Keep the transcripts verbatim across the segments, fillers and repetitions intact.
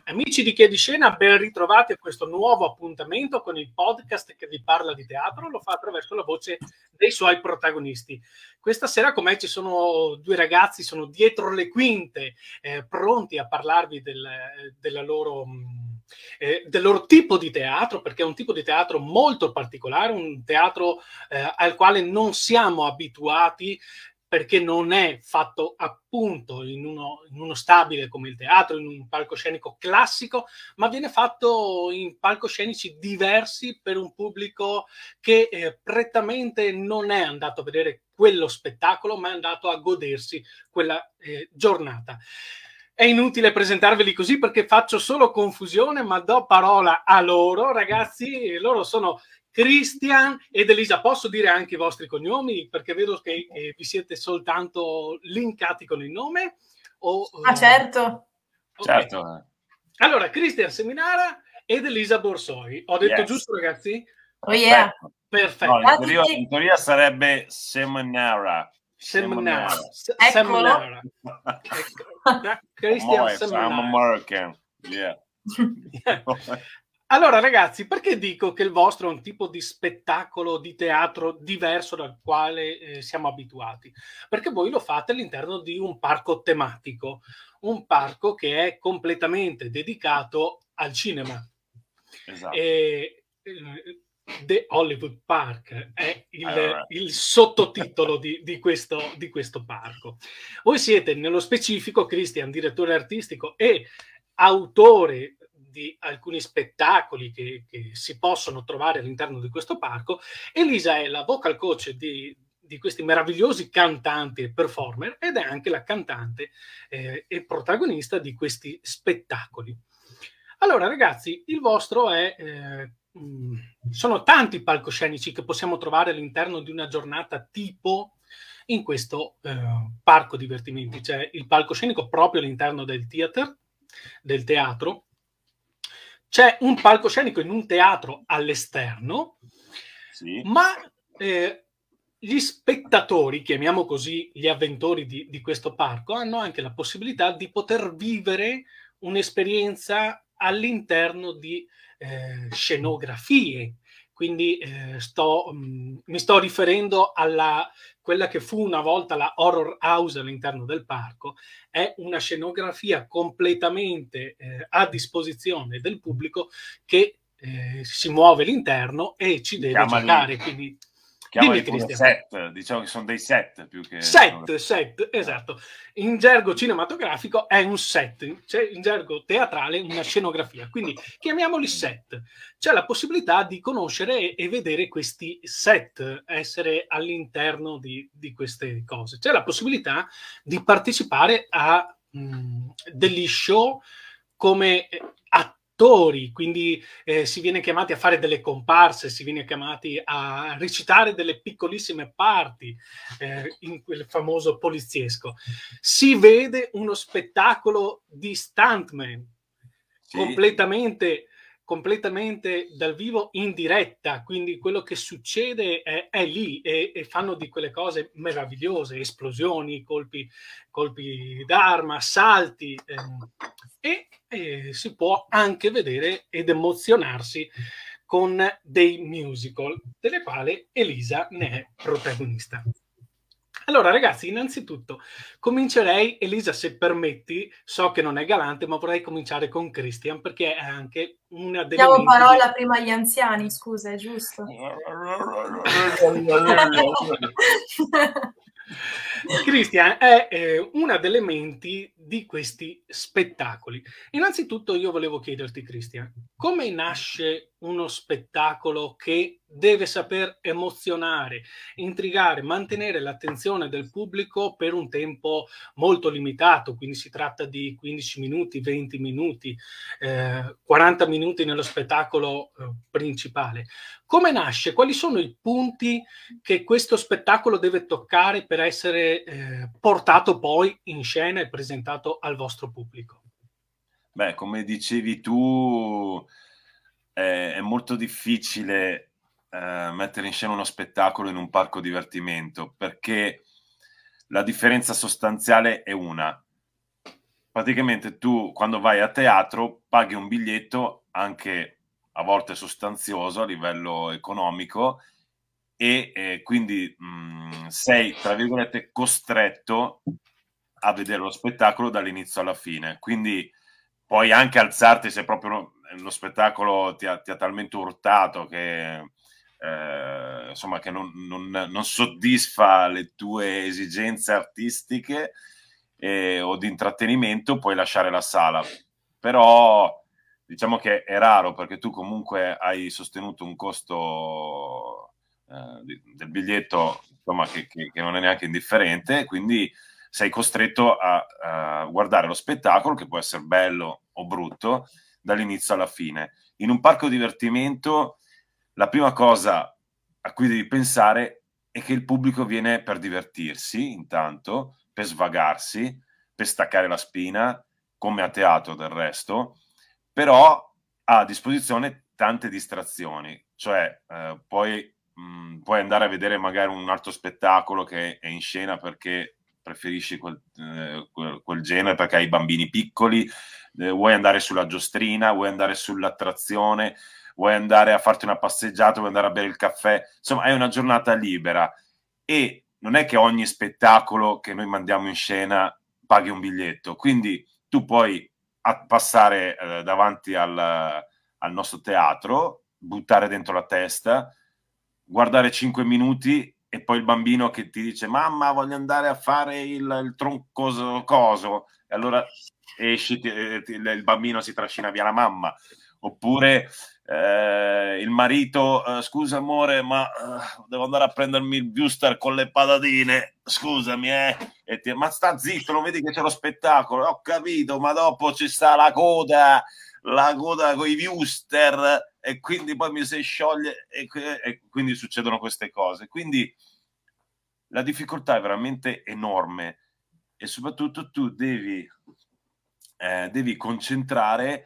Amici di Chi è di Scena, ben ritrovati a questo nuovo appuntamento con il podcast che vi parla di teatro, lo fa attraverso la voce dei suoi protagonisti. Questa sera con me ci sono due ragazzi, sono dietro le quinte, eh, pronti a parlarvi del, della loro, eh, del loro tipo di teatro, perché è un tipo di teatro molto particolare, un teatro eh, al quale non siamo abituati, perché non è fatto appunto in uno, in uno stabile come il teatro, in un palcoscenico classico, ma viene fatto in palcoscenici diversi per un pubblico che eh, prettamente non è andato a vedere quello spettacolo, ma è andato a godersi quella eh, giornata. È inutile presentarveli così perché faccio solo confusione, ma do parola a loro. Ragazzi, loro sono Christian ed Elisa. Posso dire anche i vostri cognomi? Perché vedo che eh, vi siete soltanto linkati con il nome. O, ah, certo. Okay. Certo. Allora, Christian Seminara ed Elisa Borsoi. Ho detto Yes. giusto, ragazzi? Oh yeah. Perfetto. No, in, teoria, in teoria sarebbe Seminara. Seminara. Seminara. Ecco. Christian Seminara. I'm American. Yeah. Yeah. Allora ragazzi, perché dico che il vostro è un tipo di spettacolo di teatro diverso dal quale eh, siamo abituati? Perché voi lo fate all'interno di un parco tematico, un parco che è completamente dedicato al cinema. Esatto. E, eh, The Hollywood Park è il, allora. il sottotitolo di, di, questo, di questo parco. Voi siete nello specifico, Christian, direttore artistico e autore di alcuni spettacoli che, che si possono trovare all'interno di questo parco. Elisa è la vocal coach di, di questi meravigliosi cantanti e performer ed è anche la cantante eh, e protagonista di questi spettacoli. Allora ragazzi, il vostro è... Eh, mh, sono tanti palcoscenici che possiamo trovare all'interno di una giornata tipo in questo eh, parco divertimenti. C'è il palcoscenico proprio all'interno del theater, del teatro. C'è un palcoscenico in un teatro all'esterno, sì. ma eh, gli spettatori, chiamiamo così gli avventori di, di questo parco, hanno anche la possibilità di poter vivere un'esperienza all'interno di eh, scenografie. Quindi eh, sto, mh, mi sto riferendo alla quella che fu una volta la Horror House all'interno del parco. È una scenografia completamente eh, a disposizione del pubblico che eh, si muove all'interno e ci deve Chiamali, giocare. Quindi, dimmi, set, diciamo che sono dei set più che... Set, set, esatto. In gergo cinematografico è un set, cioè in gergo teatrale una scenografia, quindi chiamiamoli set. C'è la possibilità di conoscere e vedere questi set, essere all'interno di, di queste cose. C'è la possibilità di partecipare a mh, degli show come attori, quindi eh, si viene chiamati a fare delle comparse, si viene chiamati a recitare delle piccolissime parti eh, in quel famoso poliziesco. Si vede uno spettacolo di stuntman, sì, completamente completamente dal vivo in diretta, quindi quello che succede è, è lì e, e fanno di quelle cose meravigliose, esplosioni, colpi, colpi d'arma, salti ehm, e, e si può anche vedere ed emozionarsi con dei musical, delle quali Elisa ne è protagonista. Allora ragazzi, innanzitutto comincerei, Elisa se permetti, so che non è galante, ma vorrei cominciare con Christian perché è anche una delle... Diamo parola di... prima agli anziani, scusa, è giusto? Christian è eh, una delle menti di questi spettacoli. Innanzitutto io volevo chiederti, Christian, come nasce uno spettacolo che deve saper emozionare, intrigare, mantenere l'attenzione del pubblico per un tempo molto limitato, quindi si tratta di quindici minuti, venti minuti, eh, quaranta minuti nello spettacolo eh, principale. Come nasce? Quali sono i punti che questo spettacolo deve toccare per essere eh, portato poi in scena e presentato al vostro pubblico? Beh, come dicevi tu, eh, è molto difficile eh, mettere in scena uno spettacolo in un parco divertimento, perché la differenza sostanziale è una. praticamente tu quando vai a teatro paghi un biglietto anche a volte sostanzioso a livello economico e eh, quindi mh, sei, tra virgolette, costretto a vedere lo spettacolo dall'inizio alla fine. Quindi puoi anche alzarti se proprio lo spettacolo ti ha, ti ha talmente urtato che, eh, insomma, che non, non, non soddisfa le tue esigenze artistiche eh, o di intrattenimento, puoi lasciare la sala. Però diciamo che è raro, perché tu comunque hai sostenuto un costo eh, del biglietto, insomma, che, che, che non è neanche indifferente, quindi sei costretto a, a guardare lo spettacolo, che può essere bello o brutto, dall'inizio alla fine. In un parco divertimento la prima cosa a cui devi pensare è che il pubblico viene per divertirsi, intanto, per svagarsi, per staccare la spina, come a teatro del resto, però ha a disposizione tante distrazioni, cioè eh, puoi, mh, puoi andare a vedere magari un altro spettacolo che è in scena perché preferisci quel, eh, quel, quel genere, perché hai bambini piccoli, eh, vuoi andare sulla giostrina, vuoi andare sull'attrazione, vuoi andare a farti una passeggiata, vuoi andare a bere il caffè, insomma hai una giornata libera e non è che ogni spettacolo che noi mandiamo in scena paghi un biglietto, quindi tu puoi passare eh, davanti al, al nostro teatro, buttare dentro la testa, guardare cinque minuti e poi il bambino che ti dice mamma voglio andare a fare il, il troncoso coso, e allora esci, ti, ti, il bambino si trascina via la mamma, oppure eh, il marito eh, scusa amore ma eh, devo andare a prendermi il Wuster con le patatine, scusami eh e ti, ma sta zitto, non vedi che c'è lo spettacolo? Ho capito, ma dopo ci sta la coda la coda con i Wuster e quindi poi mi si scioglie e, e quindi succedono queste cose, quindi la difficoltà è veramente enorme e soprattutto tu devi eh, devi concentrare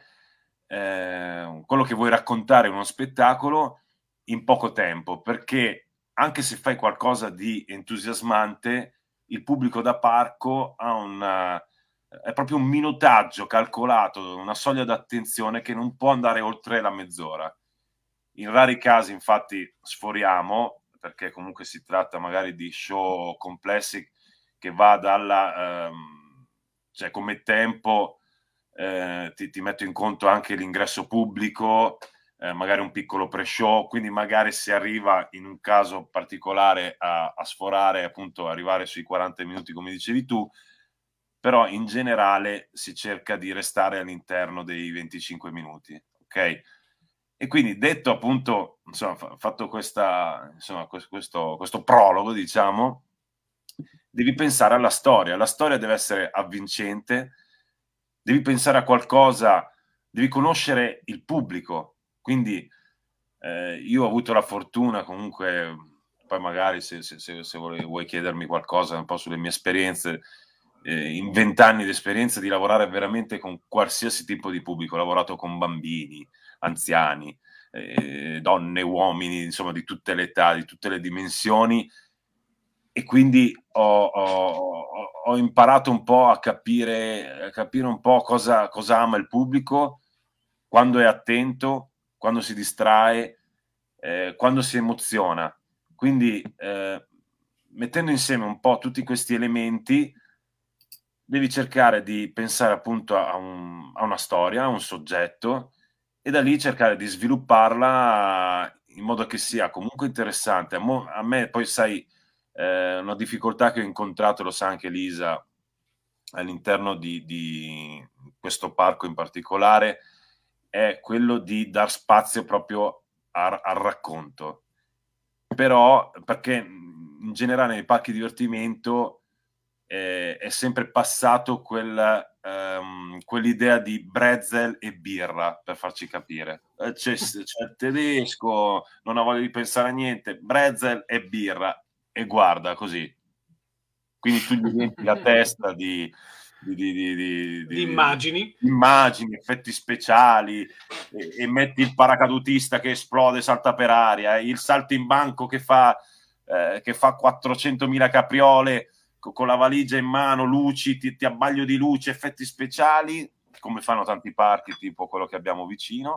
eh, quello che vuoi raccontare in uno spettacolo in poco tempo, perché anche se fai qualcosa di entusiasmante il pubblico da parco ha una, è proprio un minutaggio calcolato, una soglia d'attenzione che non può andare oltre la mezz'ora. In rari casi infatti sforiamo, perché comunque si tratta magari di show complessi che va dalla ehm, cioè come tempo eh, ti, ti metto in conto anche l'ingresso pubblico, eh, magari un piccolo pre-show, quindi magari si arriva in un caso particolare a, a sforare, appunto arrivare sui quaranta minuti come dicevi tu, però in generale si cerca di restare all'interno dei venticinque minuti, ok? E quindi detto appunto, insomma, fatto questa, insomma, questo, questo prologo, diciamo, devi pensare alla storia. La storia deve essere avvincente, devi pensare a qualcosa, devi conoscere il pubblico. Quindi eh, io ho avuto la fortuna comunque, poi magari se, se, se, se vuoi, vuoi chiedermi qualcosa un po' sulle mie esperienze, eh, in vent'anni di esperienza di lavorare veramente con qualsiasi tipo di pubblico. Ho lavorato con bambini, anziani, eh, donne, uomini, insomma di tutte le età, di tutte le dimensioni, e quindi ho, ho, ho imparato un po' a capire, a capire un po' cosa, cosa ama il pubblico, quando è attento, quando si distrae, eh, quando si emoziona. Quindi eh, mettendo insieme un po' tutti questi elementi devi cercare di pensare appunto a, un, a una storia, a un soggetto, e da lì cercare di svilupparla in modo che sia comunque interessante. A, mo, a me poi sai, eh, una difficoltà che ho incontrato, lo sa anche Lisa, all'interno di, di questo parco in particolare, è quello di dar spazio proprio a, al racconto. Però, perché in generale nei parchi di divertimento eh, è sempre passato quel, um, quell'idea di brezel e birra, per farci capire. Eh, c'è, c'è il tedesco, non ha voglia di pensare a niente, brezel e birra, e guarda così. Quindi tu gli riempi la testa di, di, di, di, di, di immagini. Di immagini, effetti speciali, e, e metti il paracadutista che esplode, salta per aria, il salto in banco che fa, eh, che fa quattrocentomila capriole con la valigia in mano, luci, ti, ti abbaglio di luci, effetti speciali, come fanno tanti parchi, tipo quello che abbiamo vicino,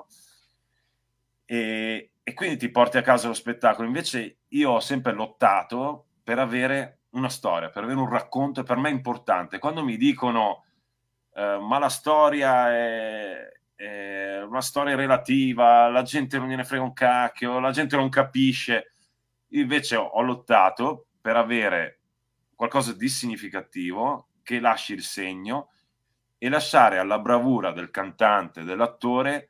e, e quindi ti porti a casa lo spettacolo. Invece io ho sempre lottato per avere una storia, per avere un racconto, e per me è importante. Quando mi dicono eh, ma la storia è, è una storia relativa, la gente non gliene frega un cacchio, la gente non capisce, io invece ho, ho lottato per avere qualcosa di significativo che lasci il segno e lasciare alla bravura del cantante, dell'attore,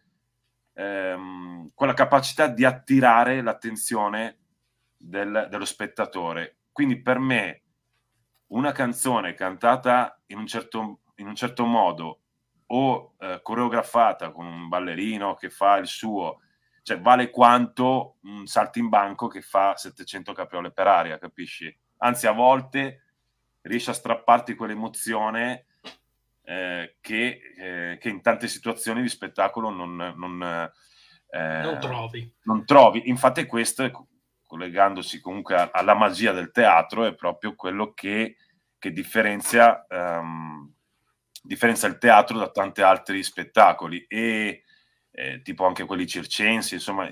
ehm, quella capacità di attirare l'attenzione del, dello spettatore. Quindi per me una canzone cantata in un certo, in un certo modo o eh, coreografata con un ballerino che fa il suo, cioè vale quanto un saltimbanco che fa settecento capriole per aria, capisci? Anzi, a volte riesce a strapparti quell'emozione eh, che, eh, che in tante situazioni di spettacolo non, non, eh, non trovi. non trovi. Infatti questo, collegandosi comunque alla magia del teatro, è proprio quello che, che differenzia, um, differenzia il teatro da tanti altri spettacoli, e eh, tipo anche quelli circensi, insomma,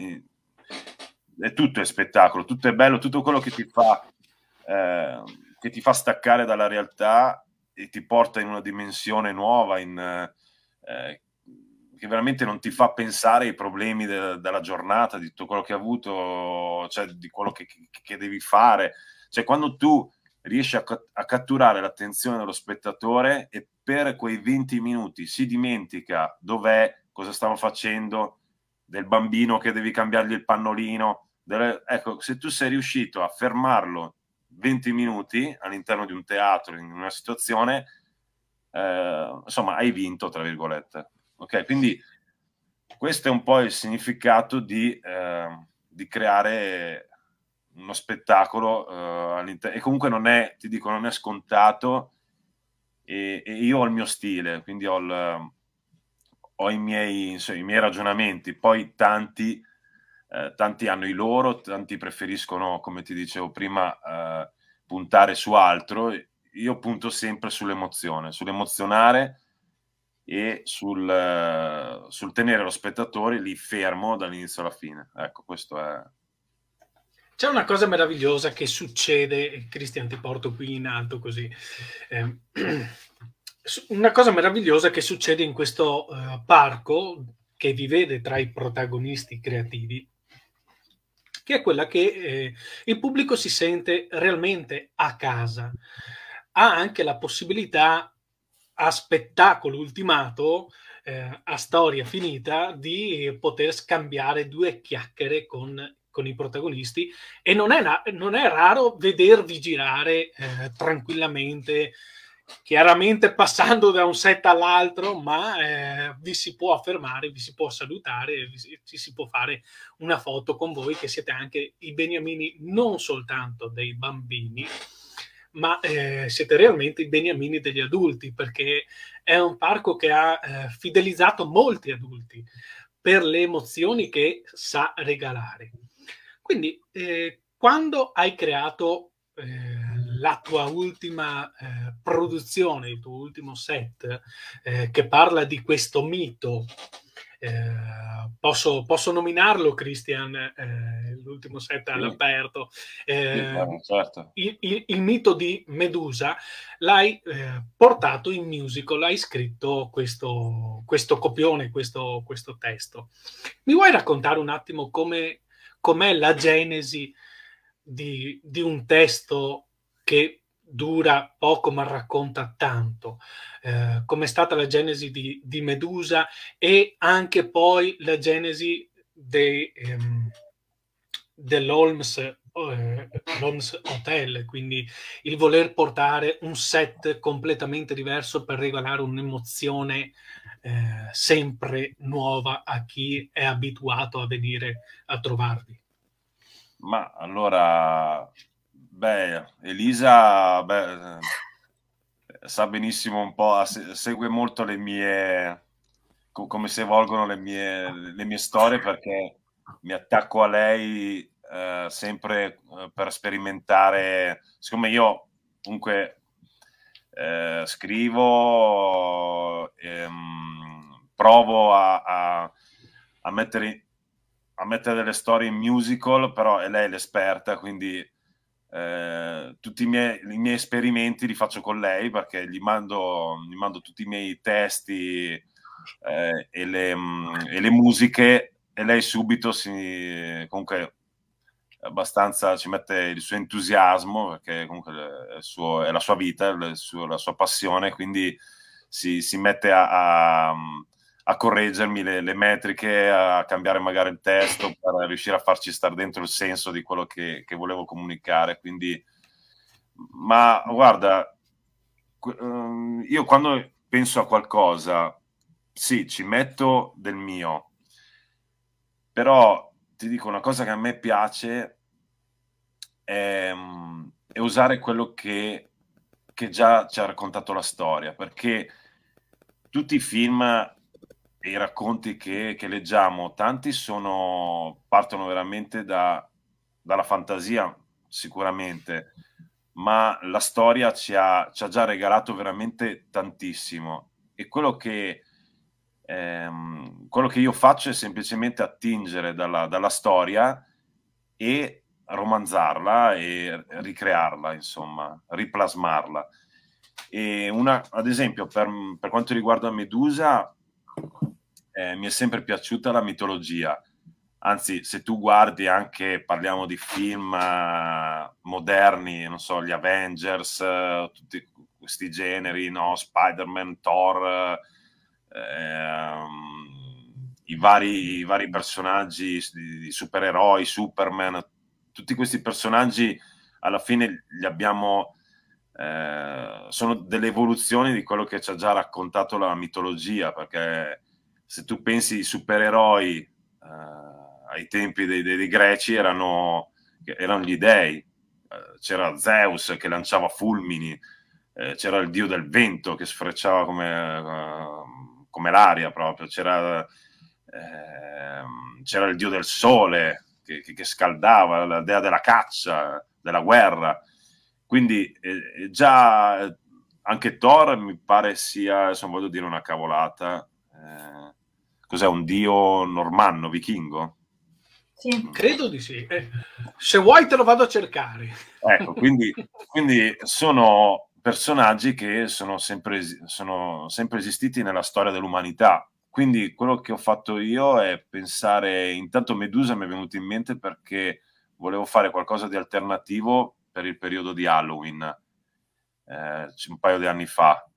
è tutto è spettacolo, tutto è bello, tutto quello che ti fa, eh, che ti fa staccare dalla realtà e ti porta in una dimensione nuova, in, eh, che veramente non ti fa pensare ai problemi de- della giornata, di tutto quello che hai avuto, cioè di quello che, che devi fare. Cioè quando tu riesci a, a catturare l'attenzione dello spettatore e per quei venti minuti si dimentica dov'è, cosa stavo facendo, del bambino che devi cambiargli il pannolino, delle... ecco, se tu sei riuscito a fermarlo venti minuti all'interno di un teatro, in una situazione, eh, insomma, hai vinto, tra virgolette. Ok, quindi questo è un po' il significato di, eh, di creare uno spettacolo eh, all'interno, e comunque non è, ti dico, non è scontato, e, e io ho il mio stile, quindi ho, il, ho i, miei, insomma, i miei ragionamenti, poi tanti, eh, tanti hanno i loro, tanti preferiscono, come ti dicevo prima, eh, puntare su altro. Io punto sempre sull'emozione, sull'emozionare e sul, sul tenere lo spettatore lì fermo dall'inizio alla fine. Ecco, questo è... C'è una cosa meravigliosa che succede, Cristian, ti porto qui in alto così, eh, una cosa meravigliosa che succede in questo uh, parco che vi vede tra i protagonisti creativi, che è quella che eh, il pubblico si sente realmente a casa, ha anche la possibilità, a spettacolo ultimato, eh, a storia finita, di poter scambiare due chiacchiere con, con i protagonisti, e non è, non è raro vedervi girare eh, tranquillamente, chiaramente passando da un set all'altro, ma eh, vi si può affermare, vi si può salutare, vi si, ci si può fare una foto con voi, che siete anche i beniamini non soltanto dei bambini, ma eh, siete realmente i beniamini degli adulti, perché è un parco che ha eh, fidelizzato molti adulti per le emozioni che sa regalare. Quindi eh, quando hai creato eh, la tua ultima eh, produzione, il tuo ultimo set eh, che parla di questo mito, eh, posso, posso nominarlo, Cristian, eh, l'ultimo set all'aperto, eh, sì, certo. il, il, il mito di Medusa, l'hai eh, portato in musical, hai scritto questo, questo copione, questo, questo testo. Mi vuoi raccontare un attimo come com'è la genesi di, di un testo che dura poco ma racconta tanto, eh, com'è stata la genesi di, di Medusa, e anche poi la genesi de, ehm, dell'Holmes, eh, l'Holmes Hotel, quindi il voler portare un set completamente diverso per regalare un'emozione eh, sempre nuova a chi è abituato a venire a trovarvi. Ma allora, beh, Elisa, beh, sa benissimo un po', segue molto le mie, come si evolgono le mie, le mie storie, perché mi attacco a lei eh, sempre eh, per sperimentare. Siccome io comunque eh, scrivo, ehm, provo a, a, a, mettere, a mettere delle storie in musical, però è lei l'esperta, quindi eh, tutti i miei, i miei esperimenti li faccio con lei, perché gli mando, gli mando tutti i miei testi eh, e, le, e le musiche, e lei subito si comunque abbastanza ci mette il suo entusiasmo, perché comunque è, il suo, è la sua vita, il suo, la sua passione, quindi si, si mette a, a, a correggermi le, le metriche, a cambiare magari il testo per riuscire a farci stare dentro il senso di quello che, che volevo comunicare. Quindi, ma guarda, io quando penso a qualcosa, sì, ci metto del mio, però ti dico, una cosa che a me piace è, è usare quello che, che già ci ha raccontato la storia, perché tutti i film e i racconti che, che leggiamo, tanti sono, partono veramente da, dalla fantasia, sicuramente, ma la storia ci ha, ci ha già regalato veramente tantissimo, e quello che Ehm, quello che io faccio è semplicemente attingere dalla, dalla storia e romanzarla e ricrearla, insomma, riplasmarla. E una, ad esempio, per, per quanto riguarda Medusa, eh, mi è sempre piaciuta la mitologia. Anzi, se tu guardi anche, parliamo di film uh, moderni, non so, gli Avengers, uh, tutti questi generi, no? Spider-Man, Thor, uh, ehm, i, vari, i vari personaggi di, di supereroi, Superman, tutti questi personaggi alla fine li abbiamo, eh, sono delle evoluzioni di quello che ci ha già raccontato la mitologia, perché se tu pensi ai supereroi eh, ai tempi dei, dei, dei greci erano, erano gli dei, eh, c'era Zeus che lanciava fulmini, eh, c'era il dio del vento che sfrecciava come, uh, come l'aria proprio, c'era, eh, c'era il dio del sole che, che, che scaldava, la dea della caccia, della guerra. Quindi eh, già anche Thor mi pare sia, se non voglio dire una cavolata, eh, cos'è, un dio normanno, vichingo? Sì. Credo di sì. Eh, se vuoi te lo vado a cercare. Ecco, quindi, quindi sono personaggi che sono sempre, sono sempre esistiti nella storia dell'umanità. Quindi quello che ho fatto io è pensare, intanto Medusa mi è venuto in mente perché volevo fare qualcosa di alternativo per il periodo di Halloween, eh, un paio di anni fa,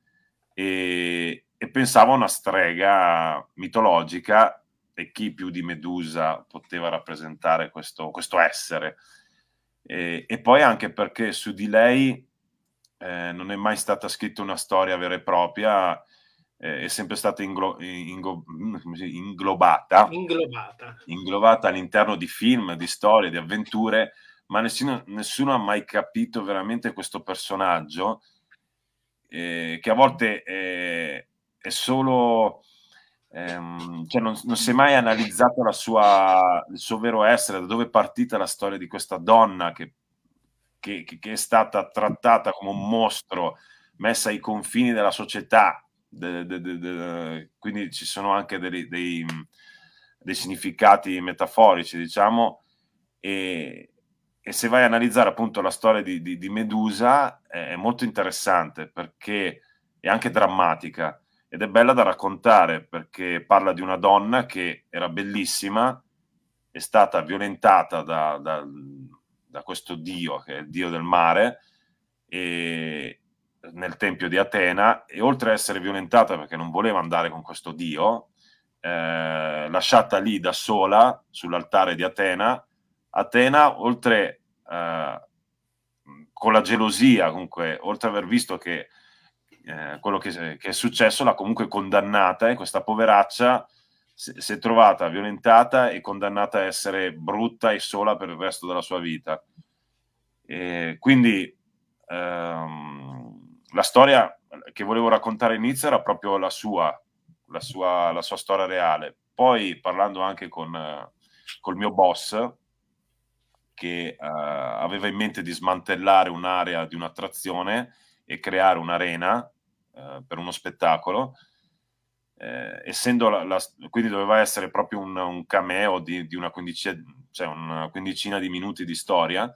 e, e pensavo a una strega mitologica, e chi più di Medusa poteva rappresentare questo, questo essere. E, e poi anche perché su di lei eh, non è mai stata scritta una storia vera e propria, eh, è sempre stata inglo- inglo- inglobata, inglobata. inglobata all'interno di film, di storie, di avventure, ma nessuno, nessuno ha mai capito veramente questo personaggio, eh, che a volte è, è solo... Ehm, cioè non, non si è mai analizzato la sua, il suo vero essere, da dove è partita la storia di questa donna che, che, che è stata trattata come un mostro, messa ai confini della società, de, de, de, de, quindi ci sono anche dei, dei, dei significati metaforici, diciamo, e, e se vai a analizzare appunto la storia di, di, di Medusa è molto interessante perché è anche drammatica. Ed è bella da raccontare perché parla di una donna che era bellissima, è stata violentata da, da, da questo dio, che è il dio del mare, e, nel tempio di Atena, e oltre a essere violentata perché non voleva andare con questo dio, eh, lasciata lì da sola sull'altare di Atena, Atena, oltre eh, con la gelosia, comunque, oltre ad aver visto che Eh, quello che, che è successo, l'ha comunque condannata, e questa poveraccia si, si è trovata violentata e condannata a essere brutta e sola per il resto della sua vita. E quindi ehm, la storia che volevo raccontare all'inizio era proprio la sua, la sua, la sua storia reale. Poi parlando anche con eh, col mio boss, che eh, aveva in mente di smantellare un'area di un'attrazione, e creare un'arena eh, per uno spettacolo. Eh, essendo la, la, quindi doveva essere proprio un, un cameo di, di una, quindicina, cioè una quindicina di minuti di storia,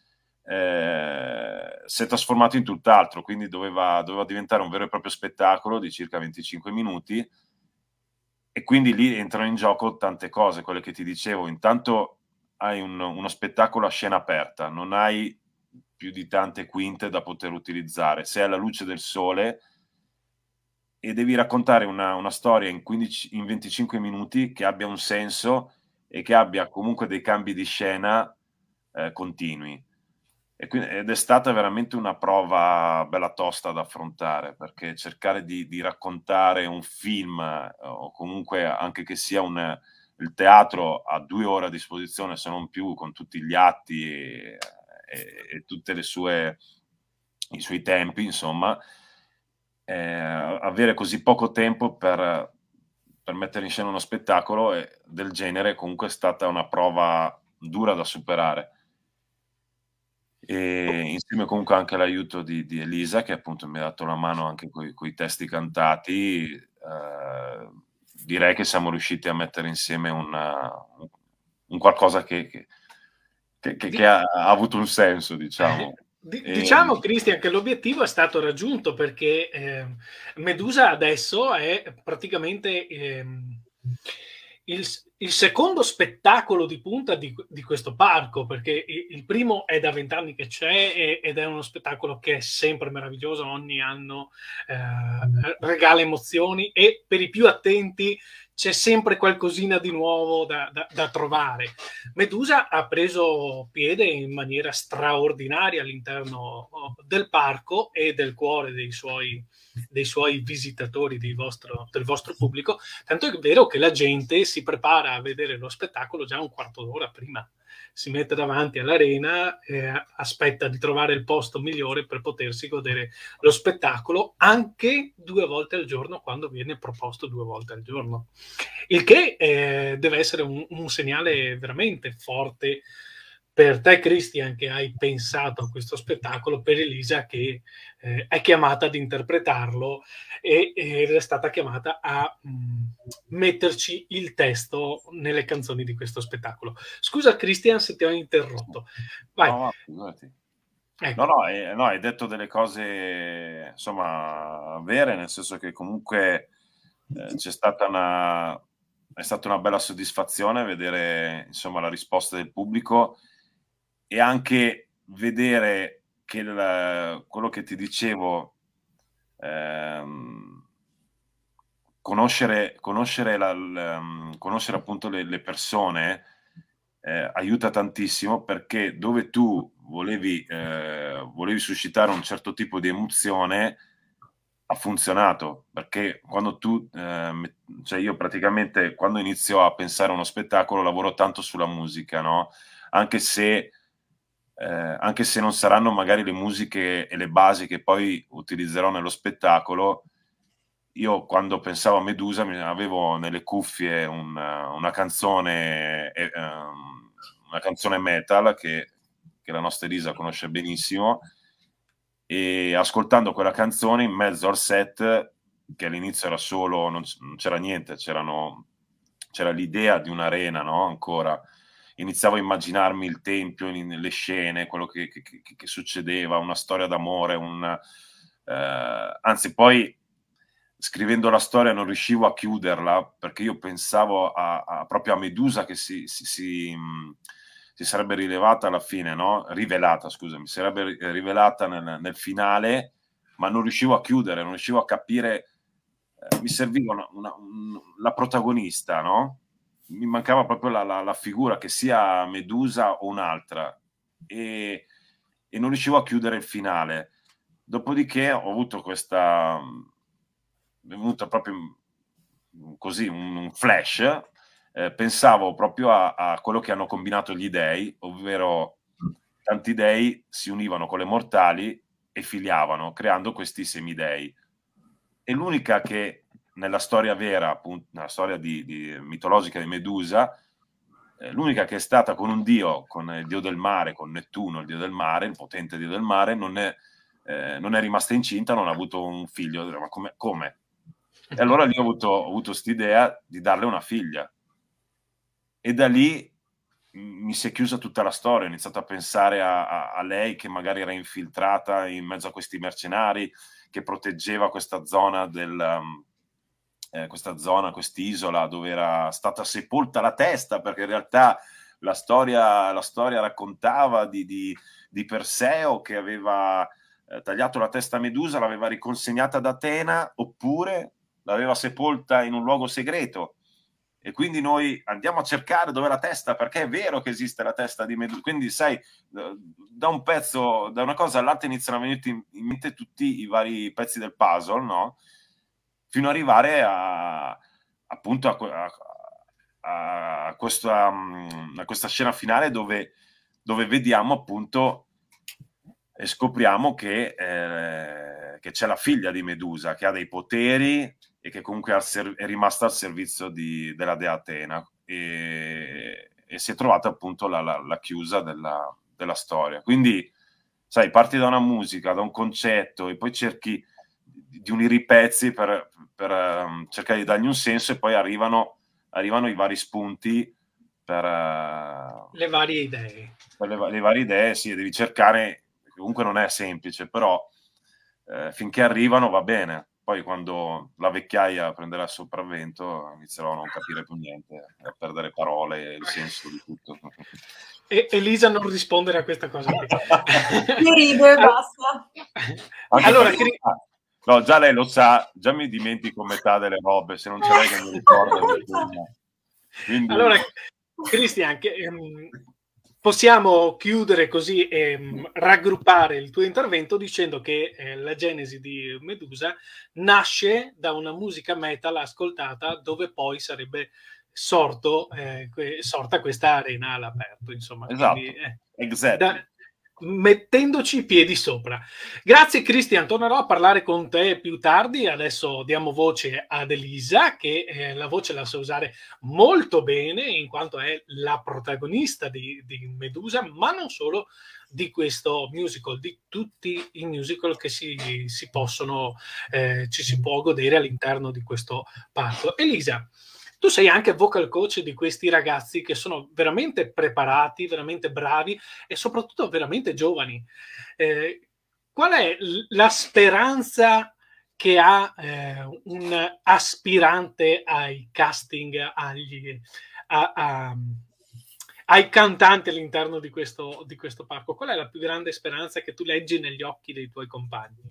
eh, si è trasformato in tutt'altro, quindi doveva, doveva diventare un vero e proprio spettacolo di circa venticinque minuti, e quindi lì entrano in gioco tante cose, quelle che ti dicevo. Intanto hai un, uno spettacolo a scena aperta, non hai più di tante quinte da poter utilizzare, sei alla luce del sole e devi raccontare una, una storia in, quindici, in venticinque minuti che abbia un senso e che abbia comunque dei cambi di scena eh, continui. E quindi, ed è stata veramente una prova bella tosta da affrontare, perché cercare di, di raccontare un film, eh, o comunque anche che sia un, il teatro a due ore a disposizione, se non più, con tutti gli atti e, e, e tutte le sue, i suoi tempi, insomma, Eh, avere così poco tempo per, per mettere in scena uno spettacolo del genere comunque è stata una prova dura da superare. E insieme comunque anche all'aiuto di, di Elisa, che appunto mi ha dato la mano anche con i testi cantati, eh, direi che siamo riusciti a mettere insieme una, un qualcosa che, che, che, che, che ha, ha avuto un senso, diciamo. D- diciamo, Cristian, che l'obiettivo è stato raggiunto, perché eh, Medusa adesso è praticamente eh, il, il secondo spettacolo di punta di, di questo parco, perché il, il primo è da vent'anni che c'è e, ed è uno spettacolo che è sempre meraviglioso, ogni anno eh, regala emozioni, e per i più attenti c'è sempre qualcosina di nuovo da, da, da trovare. Medusa ha preso piede in maniera straordinaria all'interno del parco e del cuore dei suoi, dei suoi visitatori, del vostro, del vostro pubblico, tanto è vero che la gente si prepara a vedere lo spettacolo già un quarto d'ora prima. Si mette davanti all'arena, eh, aspetta di trovare il posto migliore per potersi godere lo spettacolo anche due volte al giorno, quando viene proposto due volte al giorno. Il che eh, deve essere un, un segnale veramente forte per te, Cristian, che hai pensato a questo spettacolo, per Elisa, che eh, è chiamata ad interpretarlo e, ed è stata chiamata a mh, metterci il testo nelle canzoni di questo spettacolo. Scusa, Cristian, se ti ho interrotto. Vai. No, no, ecco. no, no, eh, no, hai detto delle cose, insomma, vere, nel senso che comunque eh, c'è stata una, è stata una bella soddisfazione vedere, insomma, la risposta del pubblico, e anche vedere che il, quello che ti dicevo, ehm, conoscere, conoscere, la, la, conoscere appunto le, le persone eh, aiuta tantissimo, perché dove tu volevi, eh, volevi suscitare un certo tipo di emozione ha funzionato, perché quando tu, eh, cioè io praticamente quando inizio a pensare a uno spettacolo lavoro tanto sulla musica, no? Anche se Eh, anche se non saranno magari le musiche e le basi che poi utilizzerò nello spettacolo, io quando pensavo a Medusa avevo nelle cuffie una, una canzone eh, una canzone metal che, che la nostra Elisa conosce benissimo, e ascoltando quella canzone in mezzo al set, che all'inizio era solo, non, non c'era niente, c'erano, c'era l'idea di un'arena, no? Ancora iniziavo a immaginarmi il tempio, le scene, quello che, che, che succedeva, una storia d'amore, un, eh, anzi poi scrivendo la storia non riuscivo a chiuderla, perché io pensavo a, a, proprio a Medusa che si, si, si, si sarebbe rilevata alla fine, no? Rivelata, scusami, si sarebbe rivelata nel, nel finale, ma non riuscivo a chiudere, non riuscivo a capire, eh, mi serviva una, una, un, la protagonista, no? Mi mancava proprio la, la, la figura, che sia Medusa o un'altra, e, e non riuscivo a chiudere il finale. Dopodiché ho avuto questa, è venuto proprio così un, un flash, eh, pensavo proprio a, a quello che hanno combinato gli dei, ovvero tanti dei si univano con le mortali e filiavano, creando questi semidei. E l'unica che nella storia vera, appunto, nella storia di, di, mitologica di Medusa, eh, l'unica che è stata con un dio, con il dio del mare, con Nettuno, il dio del mare, il potente dio del mare, non è, eh, non è rimasta incinta, non ha avuto un figlio. Ma come? come? E allora lì ho avuto, ho avuto quest'idea di darle una figlia. E da lì mi si è chiusa tutta la storia. Ho iniziato a pensare a, a, a lei che magari era infiltrata in mezzo a questi mercenari, che proteggeva questa zona del... Um, eh, questa zona, quest'isola dove era stata sepolta la testa, perché in realtà la storia, la storia raccontava di, di, di Perseo che aveva eh, tagliato la testa a Medusa, l'aveva riconsegnata ad Atena, oppure l'aveva sepolta in un luogo segreto. E quindi noi andiamo a cercare dove è la testa, perché è vero che esiste la testa di Medusa. Quindi sai, da un pezzo, da una cosa all'altra iniziano a venirti in mente tutti i vari pezzi del puzzle, no? Fino ad arrivare a, appunto a, a, a, questa, a questa scena finale dove, dove vediamo appunto e scopriamo che, eh, che c'è la figlia di Medusa che ha dei poteri e che comunque è rimasta al servizio di, della dea Atena, e, e si è trovata appunto la, la, la chiusa della, della storia. Quindi sai, parti da una musica, da un concetto, e poi cerchi di unire i pezzi per, per um, cercare di dargli un senso, e poi arrivano, arrivano i vari spunti per uh, le varie idee. Per le, le varie idee, sì, devi cercare, comunque non è semplice, però eh, finché arrivano va bene. Poi quando la vecchiaia prenderà il sopravvento inizierò a non capire più niente, a perdere parole e il senso di tutto. E Elisa non rispondere a questa cosa qui. Io rido e basta. Allora, perché, che... no, già lei lo sa, già mi dimentico metà delle robe, se non c'è lei che mi ricorda. Quindi... Allora, Cristian, che, um, possiamo chiudere così e um, raggruppare il tuo intervento dicendo che eh, la genesi di Medusa nasce da una musica metal ascoltata, dove poi sarebbe sorto, eh, que- sorta questa arena all'aperto, insomma. Esatto, quindi, eh, exactly. da, mettendoci i piedi sopra. Grazie Cristian, tornerò a parlare con te più tardi. Adesso diamo voce ad Elisa, che eh, la voce la sa usare molto bene, in quanto è la protagonista di, di Medusa, ma non solo di questo musical, di tutti i musical che si, si possono, eh, ci si può godere all'interno di questo parco. Elisa, tu sei anche vocal coach di questi ragazzi che sono veramente preparati, veramente bravi e soprattutto veramente giovani. Eh, qual è la speranza che ha eh, un aspirante ai casting, agli, a, a, ai cantanti all'interno di questo, di questo parco? Qual è la più grande speranza che tu leggi negli occhi dei tuoi compagni?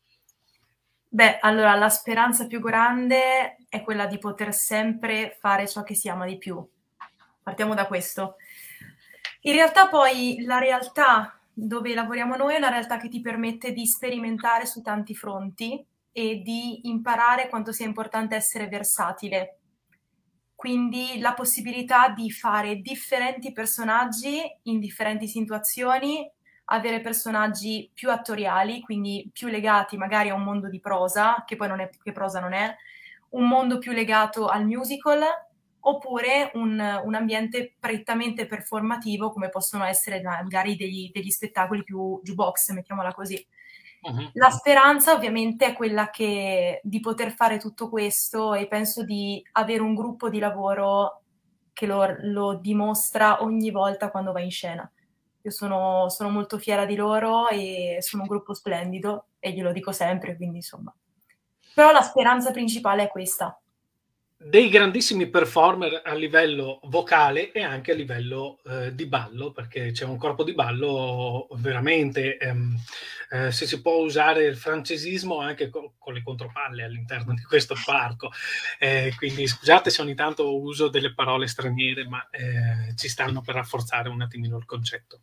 Beh, allora, la speranza più grande è quella di poter sempre fare ciò che si ama di più. Partiamo da questo. In realtà poi la realtà dove lavoriamo noi è una realtà che ti permette di sperimentare su tanti fronti e di imparare quanto sia importante essere versatile. Quindi la possibilità di fare differenti personaggi in differenti situazioni, avere personaggi più attoriali, quindi più legati magari a un mondo di prosa, che poi non è, che prosa non è, un mondo più legato al musical, oppure un, un ambiente prettamente performativo, come possono essere magari degli, degli spettacoli più jukebox, mettiamola così. Uh-huh. La speranza ovviamente è quella che, di poter fare tutto questo, e penso di avere un gruppo di lavoro che lo, lo dimostra ogni volta quando va in scena. Io sono, sono molto fiera di loro e sono un gruppo splendido e glielo dico sempre, quindi insomma. Però la speranza principale è questa. Dei grandissimi performer a livello vocale e anche a livello eh, di ballo, perché c'è un corpo di ballo veramente, ehm, eh, se si può usare il francesismo, anche con, con le contropalle all'interno di questo parco. Eh, quindi scusate se ogni tanto uso delle parole straniere, ma eh, ci stanno per rafforzare un attimino il concetto.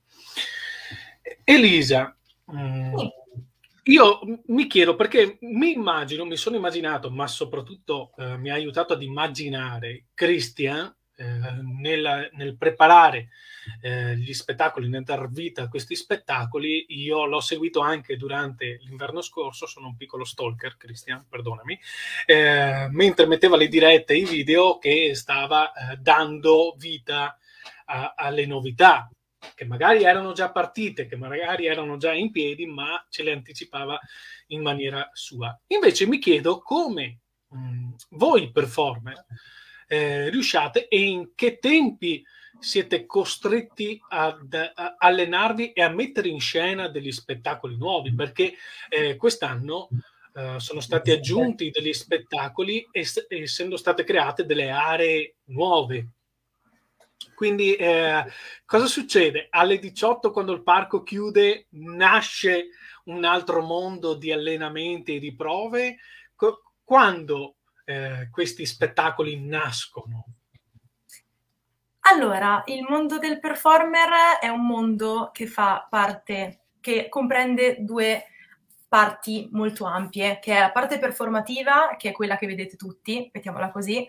Elisa, mh, sì. Io mi chiedo, perché mi immagino, mi sono immaginato, ma soprattutto eh, mi ha aiutato ad immaginare Cristian eh, nel, nel preparare eh, gli spettacoli, nel dar vita a questi spettacoli. Io l'ho seguito anche durante l'inverno scorso, sono un piccolo stalker, Cristian, perdonami, eh, mentre metteva le dirette e i video che stava eh, dando vita a, alle novità che magari erano già partite, che magari erano già in piedi, ma ce le anticipava in maniera sua. Invece mi chiedo come mh, voi performer eh, riusciate e in che tempi siete costretti ad, a allenarvi e a mettere in scena degli spettacoli nuovi, perché eh, quest'anno uh, sono stati aggiunti degli spettacoli e essendo state create delle aree nuove. Quindi eh, cosa succede? Alle diciotto, quando il parco chiude, nasce un altro mondo di allenamenti e di prove? Co- quando eh, questi spettacoli nascono? Allora, il mondo del performer è un mondo che fa parte, che comprende due parti molto ampie, che è la parte performativa, che è quella che vedete tutti, mettiamola così,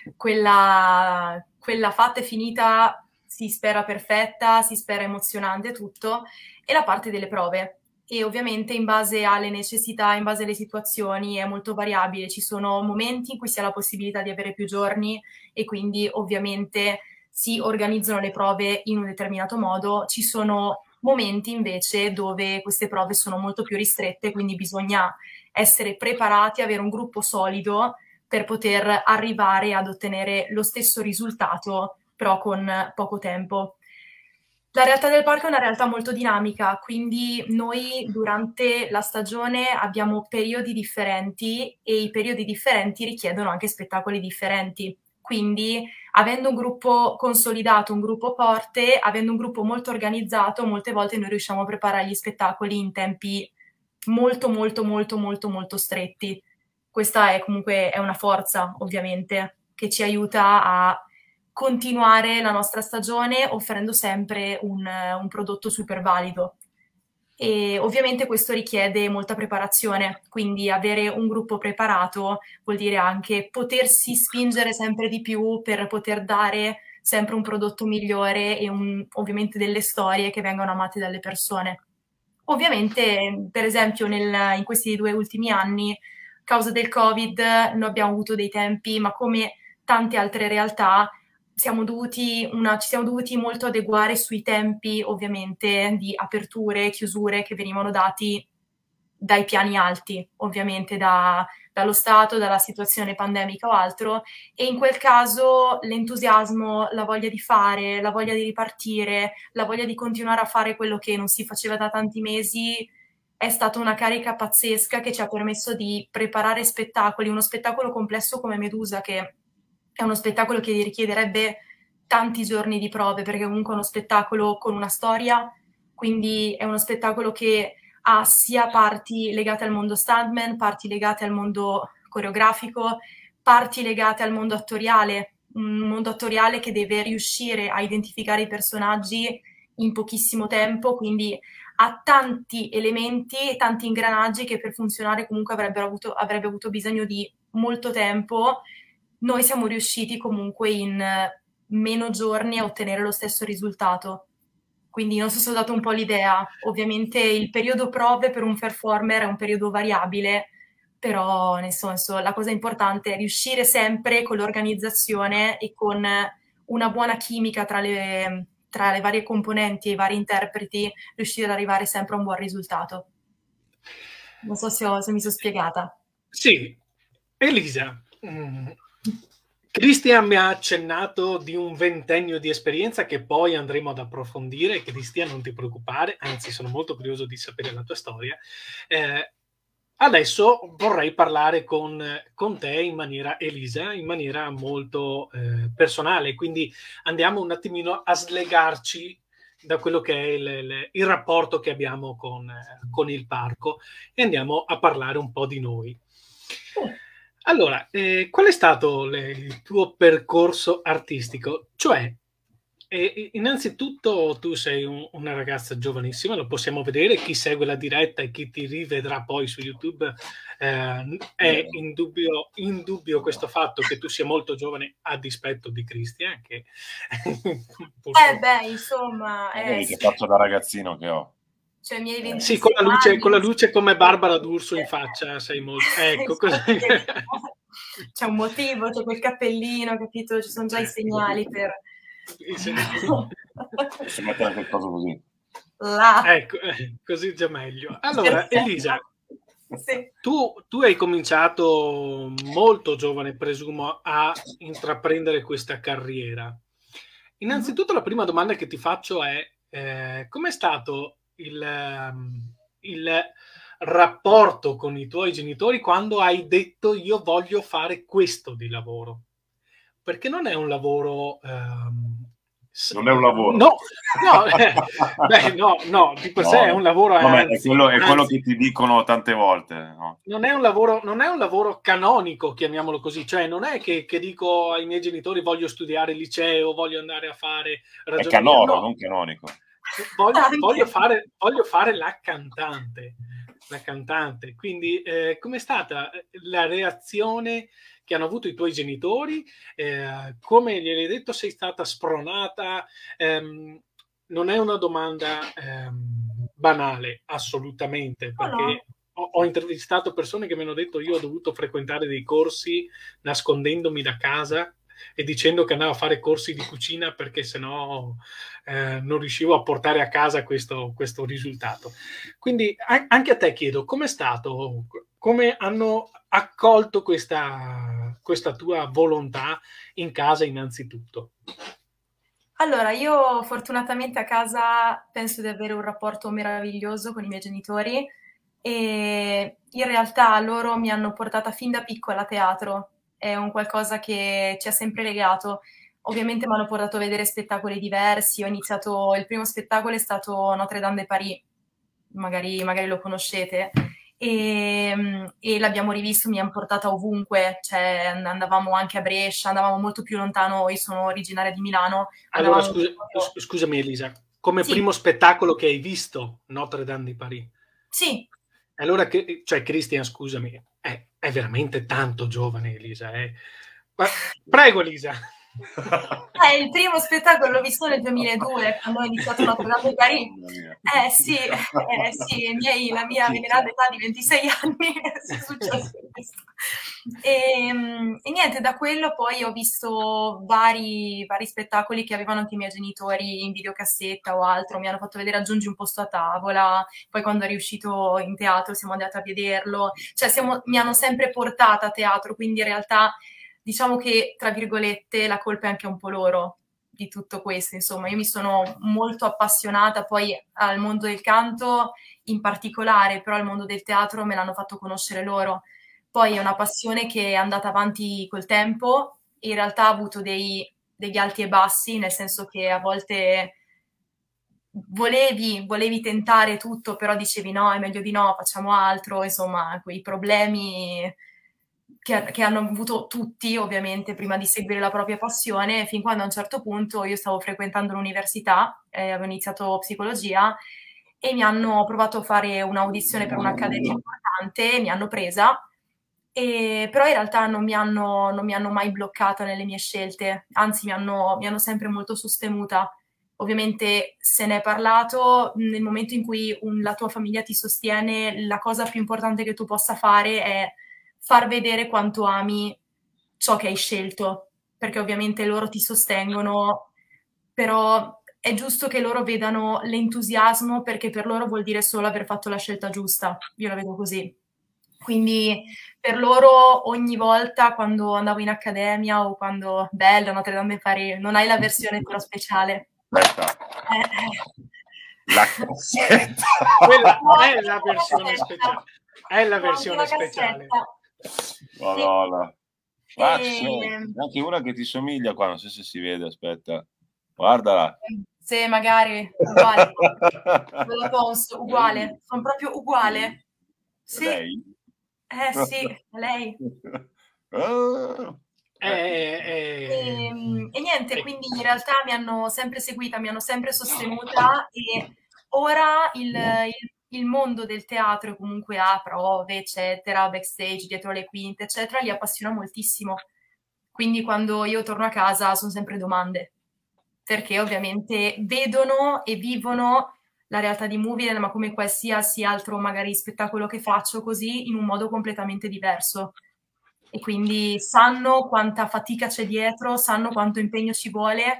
quella, quella fatta e finita, si spera perfetta, si spera emozionante tutto, e la parte delle prove. E ovviamente in base alle necessità, in base alle situazioni è molto variabile, ci sono momenti in cui si ha la possibilità di avere più giorni e quindi ovviamente si organizzano le prove in un determinato modo, ci sono momenti invece dove queste prove sono molto più ristrette, quindi bisogna essere preparati, avere un gruppo solido per poter arrivare ad ottenere lo stesso risultato, però con poco tempo. La realtà del parco è una realtà molto dinamica, quindi noi durante la stagione abbiamo periodi differenti e i periodi differenti richiedono anche spettacoli differenti. Quindi, avendo un gruppo consolidato, un gruppo forte, avendo un gruppo molto organizzato, molte volte noi riusciamo a preparare gli spettacoli in tempi molto, molto, molto, molto, molto stretti. Questa è comunque è una forza, ovviamente, che ci aiuta a continuare la nostra stagione offrendo sempre un, un prodotto super valido. E ovviamente questo richiede molta preparazione, quindi avere un gruppo preparato vuol dire anche potersi spingere sempre di più per poter dare sempre un prodotto migliore e un, ovviamente delle storie che vengono amate dalle persone. Ovviamente, per esempio, nel, in questi due ultimi anni, a causa del Covid, noi abbiamo avuto dei tempi, ma come tante altre realtà, siamo dovuti una, ci siamo dovuti molto adeguare sui tempi, ovviamente, di aperture e chiusure che venivano dati dai piani alti, ovviamente da, dallo Stato, dalla situazione pandemica o altro, e in quel caso l'entusiasmo, la voglia di fare, la voglia di ripartire, la voglia di continuare a fare quello che non si faceva da tanti mesi è stata una carica pazzesca che ci ha permesso di preparare spettacoli, uno spettacolo complesso come Medusa, che è uno spettacolo che richiederebbe tanti giorni di prove, perché comunque è uno spettacolo con una storia, quindi è uno spettacolo che ha sia parti legate al mondo stuntman, parti legate al mondo coreografico, parti legate al mondo attoriale, un mondo attoriale che deve riuscire a identificare i personaggi in pochissimo tempo, quindi ha tanti elementi, tanti ingranaggi che per funzionare comunque avrebbero avuto, avrebbe avuto bisogno di molto tempo. Noi siamo riusciti comunque in meno giorni a ottenere lo stesso risultato. Quindi non so se ho dato un po' l'idea. Ovviamente il periodo prove per un performer è un periodo variabile, però nel senso la cosa importante è riuscire sempre con l'organizzazione e con una buona chimica tra le, tra le varie componenti e i vari interpreti, riuscire ad arrivare sempre a un buon risultato. Non so se, ho, se mi sono spiegata. Sì, Elisa, mm. Cristian mi ha accennato di un ventennio di esperienza che poi andremo ad approfondire. Cristian, non ti preoccupare, anzi sono molto curioso di sapere la tua storia. Eh, adesso vorrei parlare con, con te in maniera, Elisa, in maniera molto eh, personale, quindi andiamo un attimino a slegarci da quello che è il, il, il rapporto che abbiamo con, con il parco e andiamo a parlare un po' di noi. Oh. Allora, eh, qual è stato le, il tuo percorso artistico? Cioè, eh, innanzitutto tu sei un, una ragazza giovanissima, lo possiamo vedere, chi segue la diretta e chi ti rivedrà poi su YouTube, eh, è indubbio, indubbio questo fatto che tu sia molto giovane a dispetto di Cristian. Che eh beh, insomma... Eh, eh, che faccio da ragazzino che ho. Cioè, miei ventisei sì, con la luce, anni, con la luce come Barbara D'Urso in faccia, sei molto... Ecco, così. C'è un motivo, c'è quel cappellino, capito? Ci sono già i segnali per... Posso mettere qualcosa così. Là. Ecco, eh, così già meglio. Allora, Perfetto. Elisa, Sì. tu, tu hai cominciato molto giovane, presumo, a intraprendere questa carriera. Innanzitutto la prima domanda che ti faccio è eh, com'è stato il, um, il rapporto con i tuoi genitori quando hai detto io voglio fare questo di lavoro? Perché non è un lavoro... Um, non è un lavoro. No, no, eh, beh, no, no, di per No, sé è un lavoro... vabbè, anzi, è, quello, è anzi, quello che ti dicono tante volte. No? Non è un lavoro, non è un lavoro canonico, chiamiamolo così, cioè non è che, che dico ai miei genitori voglio studiare il liceo, voglio andare a fare ragioneria. È canoro, no. non canonico. Voglio, voglio, fare, voglio fare la cantante, la cantante. Quindi eh, com'è stata la reazione che hanno avuto i tuoi genitori? Eh, come gliel'hai detto, sei stata spronata? Um, non è una domanda um, banale, assolutamente, perché... Oh no. Ho intervistato persone che mi hanno detto io ho dovuto frequentare dei corsi nascondendomi da casa e dicendo che andavo a fare corsi di cucina perché sennò eh, non riuscivo a portare a casa questo, questo risultato. Quindi a- anche a te chiedo, com'è stato, come hanno accolto questa, questa tua volontà in casa innanzitutto? Allora, io fortunatamente a casa penso di avere un rapporto meraviglioso con i miei genitori, e in realtà loro mi hanno portata fin da piccola a teatro, è un qualcosa che ci ha sempre legato. Ovviamente mi hanno portato a vedere spettacoli diversi, ho iniziato, il primo spettacolo è stato Notre Dame de Paris, magari, magari lo conoscete, e, e l'abbiamo rivisto, mi hanno portata ovunque, cioè andavamo anche a Brescia, andavamo molto più lontano, io sono originaria di Milano. Allora scusa, proprio... scusami Elisa, come sì. Primo spettacolo che hai visto Notre Dame de Paris? Sì. Allora, che, cioè Cristian, scusami, è, è veramente tanto giovane Elisa. Eh. Ma, prego Elisa. Eh, il primo spettacolo l'ho visto nel duemiladue, quando ho iniziato Notre Dame de Paris. Eh sì, eh, sì miei, la mia veneranda età di ventisei anni è successo questo. E, e niente, da quello poi ho visto vari, vari spettacoli che avevano anche i miei genitori in videocassetta o altro, mi hanno fatto vedere Aggiungi un posto a tavola, poi quando è riuscito in teatro siamo andati a vederlo, cioè siamo, mi hanno sempre portata a teatro, quindi in realtà diciamo che, tra virgolette, la colpa è anche un po' loro di tutto questo, insomma. Io mi sono molto appassionata poi al mondo del canto in particolare, però al mondo del teatro me l'hanno fatto conoscere loro. Poi è una passione che è andata avanti col tempo, in realtà ha avuto dei, degli alti e bassi, nel senso che a volte volevi, volevi tentare tutto, però dicevi no, è meglio di no, facciamo altro, insomma, quei problemi... Che, che hanno avuto tutti ovviamente prima di seguire la propria passione, fin quando a un certo punto io stavo frequentando l'università, eh, avevo iniziato psicologia e mi hanno provato a fare un'audizione per un'accademia importante, mi hanno presa, e, però in realtà non mi, hanno, non mi hanno mai bloccata nelle mie scelte, anzi mi hanno, mi hanno sempre molto sostenuta. Ovviamente se ne è parlato, nel momento in cui un, la tua famiglia ti sostiene, la cosa più importante che tu possa fare è far vedere quanto ami ciò che hai scelto, perché ovviamente loro ti sostengono, però è giusto che loro vedano l'entusiasmo, perché per loro vuol dire solo aver fatto la scelta giusta, io la vedo così. Quindi per loro ogni volta quando andavo in accademia o quando, bello, Notre Dame de Paris, non hai la versione però speciale. Eh, la cassetta. Quella è la versione speciale. È la versione speciale. Madonna. Ah, e... anche una che ti somiglia qua, non so se si vede, aspetta. Guardala. Sì, magari, uguale. uguale, sono proprio uguale. Sì. Lei? Eh sì, lei. Oh. Eh, eh, e, e niente, quindi in realtà mi hanno sempre seguita, mi hanno sempre sostenuta, e ora il, il il mondo del teatro, e comunque ha prove, eccetera, backstage, dietro le quinte, eccetera, li appassiona moltissimo. Quindi quando io torno a casa sono sempre domande, perché ovviamente vedono e vivono la realtà di Movie, ma come qualsiasi altro magari spettacolo che faccio così, in un modo completamente diverso. E quindi sanno quanta fatica c'è dietro, sanno quanto impegno ci vuole,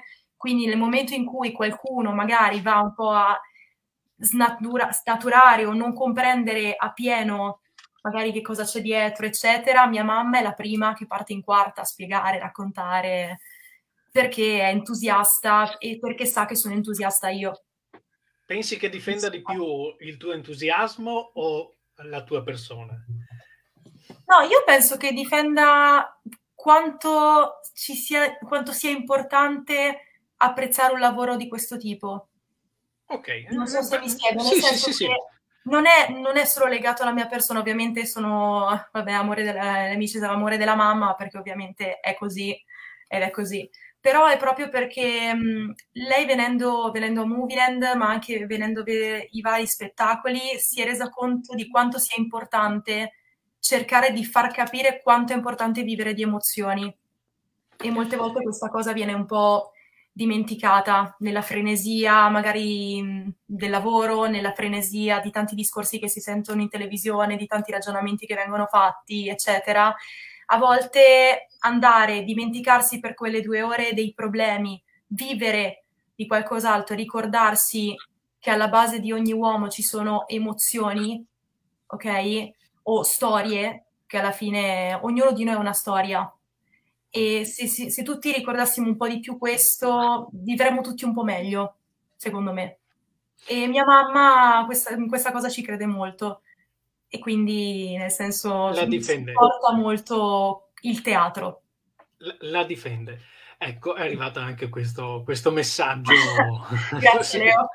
Quindi nel momento in cui qualcuno magari va un po' a snatura, snaturare o non comprendere appieno magari che cosa c'è dietro, eccetera, mia mamma è la prima che parte in quarta a spiegare, raccontare, perché è entusiasta e perché sa che sono entusiasta io. Pensi che difenda di più il tuo entusiasmo o la tua persona? No, io penso che difenda quanto ci sia, quanto sia importante apprezzare un lavoro di questo tipo. Ok. Non so se mi spiego, nel sì, senso sì, sì, che sì. non è, non è solo legato alla mia persona, ovviamente sono, vabbè, amore della, amici dell'amore della mamma, perché ovviamente è così, ed è così. Però è proprio perché mh, lei venendo, venendo a Movieland, ma anche venendo a vedere i vari spettacoli, si è resa conto di quanto sia importante cercare di far capire quanto è importante vivere di emozioni. E molte volte questa cosa viene un po' dimenticata nella frenesia magari mh, del lavoro, nella frenesia di tanti discorsi che si sentono in televisione, di tanti ragionamenti che vengono fatti, eccetera. A volte andare, dimenticarsi per quelle due ore dei problemi, vivere di qualcos'altro, ricordarsi che alla base di ogni uomo ci sono emozioni, ok? O storie, che alla fine ognuno di noi ha una storia. E se, se, se tutti ricordassimo un po' di più questo, vivremmo tutti un po' meglio, secondo me. E mia mamma questa, in questa cosa ci crede molto. E quindi, nel senso, La mi difende. supporta molto il teatro. La, la difende. Ecco, è arrivato anche questo, questo messaggio. Grazie, Leo.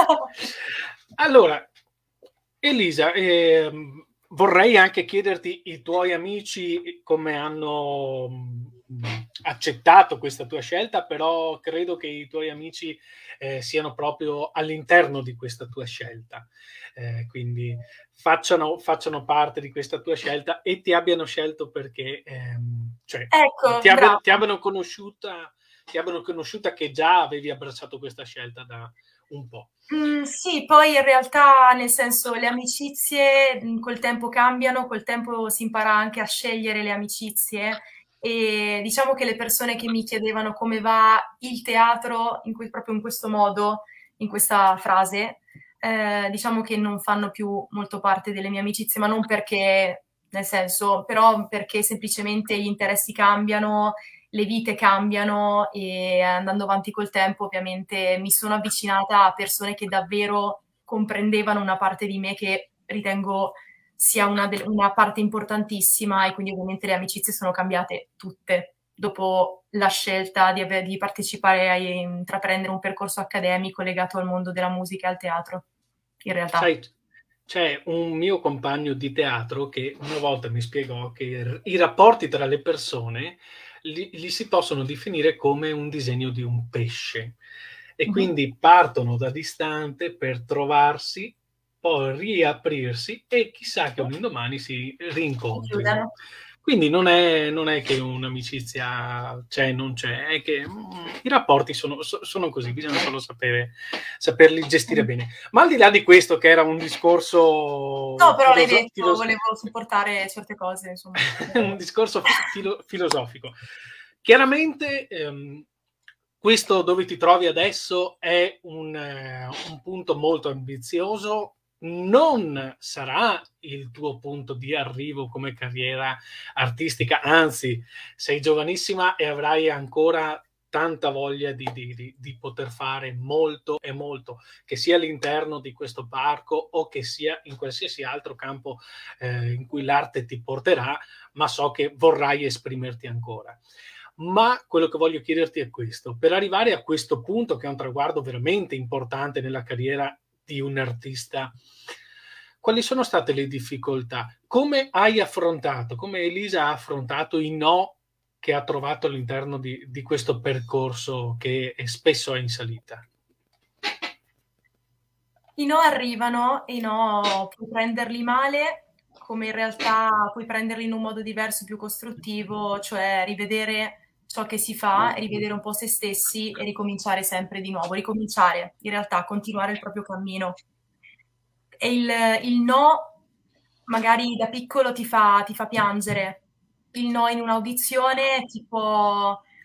Allora, Elisa, eh, vorrei anche chiederti i tuoi amici come hanno mh, accettato questa tua scelta, però credo che i tuoi amici eh, siano proprio all'interno di questa tua scelta, eh, quindi facciano, facciano parte di questa tua scelta e ti abbiano scelto perché ehm, cioè, ecco, ti, abbi- bravo. ti abbiano conosciuta, ti abbiano conosciuta che già avevi abbracciato questa scelta da un po'. Mm, sì, poi in realtà, nel senso, le amicizie mm, col tempo cambiano, col tempo si impara anche a scegliere le amicizie e diciamo che le persone che mi chiedevano come va il teatro in cui, proprio in questo modo, in questa frase, eh, diciamo che non fanno più molto parte delle mie amicizie, ma non perché, nel senso, però perché semplicemente gli interessi cambiano, le vite cambiano e andando avanti col tempo ovviamente mi sono avvicinata a persone che davvero comprendevano una parte di me che ritengo sia una, de- una parte importantissima e quindi ovviamente le amicizie sono cambiate tutte dopo la scelta di, ave- di partecipare a intraprendere un percorso accademico legato al mondo della musica e al teatro, in realtà. Sai, c'è un mio compagno di teatro che una volta mi spiegò che i rapporti tra le persone li, li si possono definire come un disegno di un pesce e Mhm. quindi partono da distante per trovarsi, poi riaprirsi e chissà che un indomani si rincontrino. Chiudano. Quindi non è, non è che un'amicizia c'è, non c'è, è che mm, i rapporti sono, so- sono così, bisogna solo sapere, saperli gestire bene. Ma al di là di questo, che era un discorso No, però l'hai filoso- detto, filos- volevo supportare certe cose, insomma. un discorso filo- filosofico. Chiaramente ehm, questo dove ti trovi adesso è un, eh, un punto molto ambizioso, non sarà il tuo punto di arrivo come carriera artistica, anzi sei giovanissima e avrai ancora tanta voglia di, di, di poter fare molto e molto, che sia all'interno di questo parco o che sia in qualsiasi altro campo eh, in cui l'arte ti porterà, ma so che vorrai esprimerti ancora. Ma quello che voglio chiederti è questo: per arrivare a questo punto, che è un traguardo veramente importante nella carriera di un artista, quali sono state le difficoltà? Come hai affrontato, come Elisa ha affrontato i no che ha trovato all'interno di, di questo percorso che è spesso è in salita? I no arrivano e i no puoi prenderli male, come in realtà puoi prenderli in un modo diverso, più costruttivo, cioè rivedere ciò che si fa, rivedere un po' se stessi e ricominciare sempre di nuovo, ricominciare, in realtà continuare il proprio cammino. E il, il no magari da piccolo ti fa, ti fa piangere, il no in un'audizione ti può,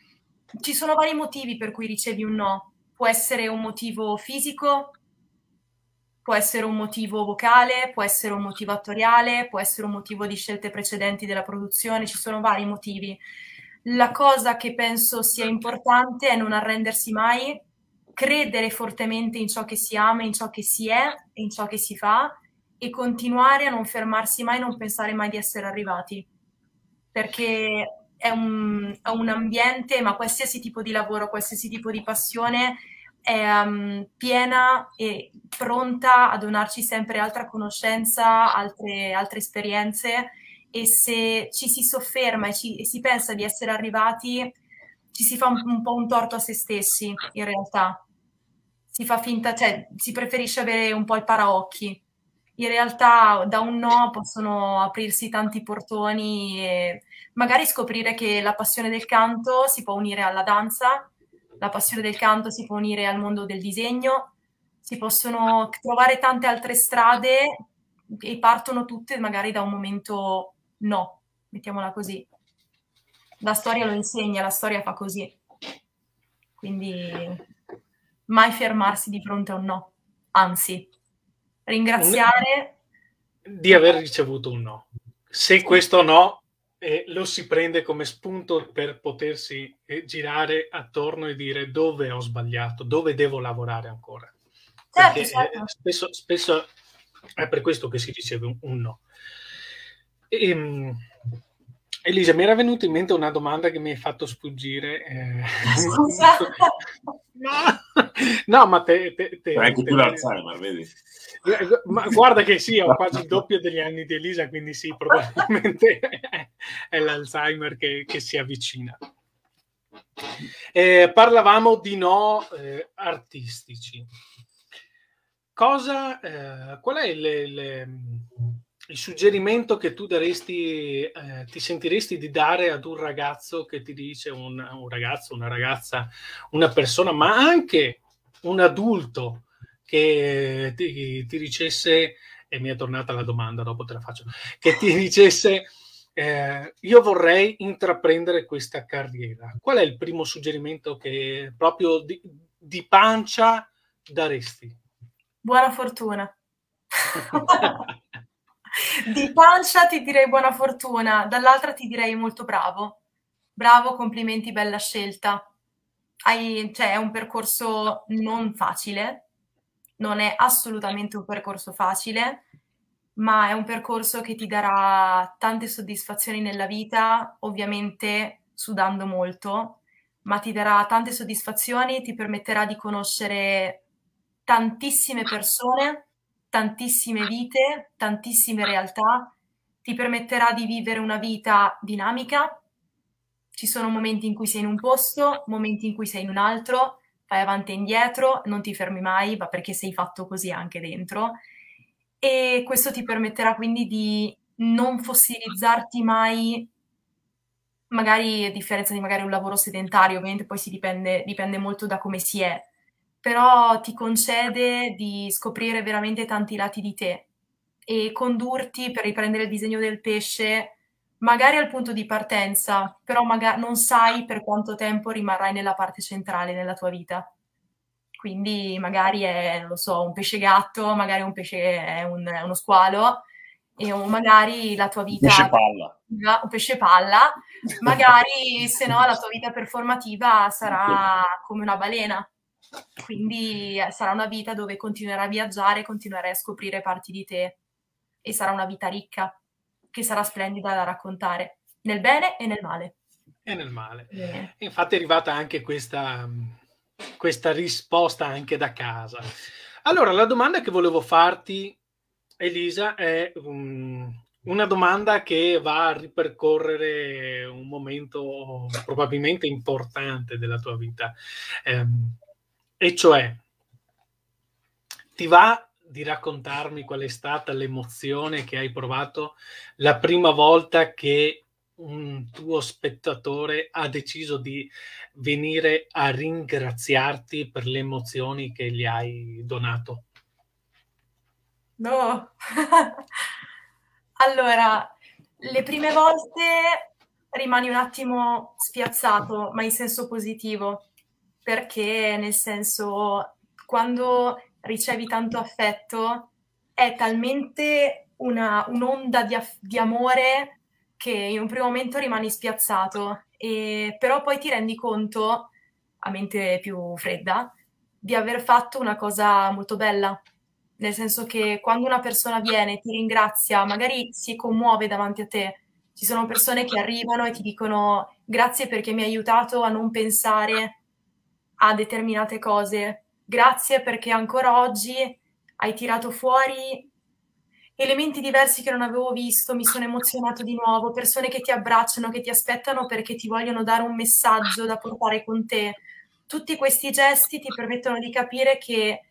ci sono vari motivi per cui ricevi un no. Può essere un motivo fisico, può essere un motivo vocale, può essere un motivo attoriale, può essere un motivo di scelte precedenti della produzione, ci sono vari motivi. La cosa che penso sia importante è non arrendersi mai, credere fortemente in ciò che si ama, in ciò che si è, in ciò che si fa, e continuare a non fermarsi mai, non pensare mai di essere arrivati. Perché è un, è un ambiente, ma qualsiasi tipo di lavoro, qualsiasi tipo di passione, è um, piena e pronta a donarci sempre altra conoscenza, altre, altre esperienze, e se ci si sofferma e, ci, e si pensa di essere arrivati, ci si fa un, un po' un torto a se stessi, in realtà. Si fa finta, cioè si preferisce avere un po' il paraocchi. In realtà da un no possono aprirsi tanti portoni e magari scoprire che la passione del canto si può unire alla danza, la passione del canto si può unire al mondo del disegno, si possono trovare tante altre strade e partono tutte magari da un momento no, mettiamola così. La storia lo insegna, la storia fa così. Quindi mai fermarsi di fronte a un no, anzi, ringraziare di aver ricevuto un no. Se questo no eh, lo si prende come spunto per potersi eh, girare attorno e dire dove ho sbagliato, dove devo lavorare ancora. Certo, Perché certo. eh, spesso, spesso è per questo che si riceve un, un no. E, um, Elisa, mi era venuta in mente una domanda che mi hai fatto sfuggire. Eh, Scusa. no, no, ma te... te, te anche te, tu l'Alzheimer, vedi? Ma guarda che sì, ho quasi il doppio degli anni di Elisa, quindi sì, probabilmente è l'Alzheimer che, che si avvicina. Eh, parlavamo di no eh, artistici. Cosa, eh, qual è le, le, il suggerimento che tu daresti, eh, ti sentiresti di dare ad un ragazzo che ti dice, un, un ragazzo, una ragazza, una persona, ma anche un adulto che ti, ti dicesse, e mi è tornata la domanda, dopo te la faccio, che ti dicesse eh, io vorrei intraprendere questa carriera. Qual è il primo suggerimento che proprio di, di pancia daresti? Buona fortuna. Di pancia ti direi buona fortuna, dall'altra ti direi molto bravo. Bravo, complimenti, bella scelta. Hai, cioè, è un percorso non facile, non è assolutamente un percorso facile, ma è un percorso che ti darà tante soddisfazioni nella vita, ovviamente sudando molto, ma ti darà tante soddisfazioni, ti permetterà di conoscere tantissime persone, tantissime vite, tantissime realtà, ti permetterà di vivere una vita dinamica. Ci sono momenti in cui sei in un posto, momenti in cui sei in un altro, fai avanti e indietro, non ti fermi mai, ma perché sei fatto così anche dentro. E questo ti permetterà quindi di non fossilizzarti mai, magari a differenza di magari un lavoro sedentario, ovviamente poi si dipende, dipende molto da come si è, però ti concede di scoprire veramente tanti lati di te e condurti per riprendere il disegno del pesce, magari al punto di partenza, però magari non sai per quanto tempo rimarrai nella parte centrale nella tua vita. Quindi magari è, non lo so, un pesce gatto, magari un pesce è un, uno squalo, e o magari la tua vita... Un pesce palla. Un pesce palla, magari se no la tua vita performativa sarà come una balena. Quindi sarà una vita dove continuerai a viaggiare, continuerai a scoprire parti di te e sarà una vita ricca, che sarà splendida da raccontare, nel bene e nel male. E nel male. Eh. Infatti è arrivata anche questa, questa risposta anche da casa. Allora, la domanda che volevo farti, Elisa, è um, una domanda che va a ripercorrere un momento probabilmente importante della tua vita. Um, e cioè, ti va di raccontarmi qual è stata l'emozione che hai provato la prima volta che un tuo spettatore ha deciso di venire a ringraziarti per le emozioni che gli hai donato? No. Allora, le prime volte rimani un attimo spiazzato, ma in senso positivo, perché nel senso, quando ricevi tanto affetto, è talmente una, un'onda di, aff- di amore che in un primo momento rimani spiazzato, e, però poi ti rendi conto, a mente più fredda, di aver fatto una cosa molto bella. Nel senso che quando una persona viene, ti ringrazia, magari si commuove davanti a te. Ci sono persone che arrivano e ti dicono grazie perché mi hai aiutato a non pensare a determinate cose, grazie perché ancora oggi hai tirato fuori elementi diversi che non avevo visto, mi sono emozionato di nuovo, persone che ti abbracciano, che ti aspettano perché ti vogliono dare un messaggio da portare con te. Tutti questi gesti ti permettono di capire che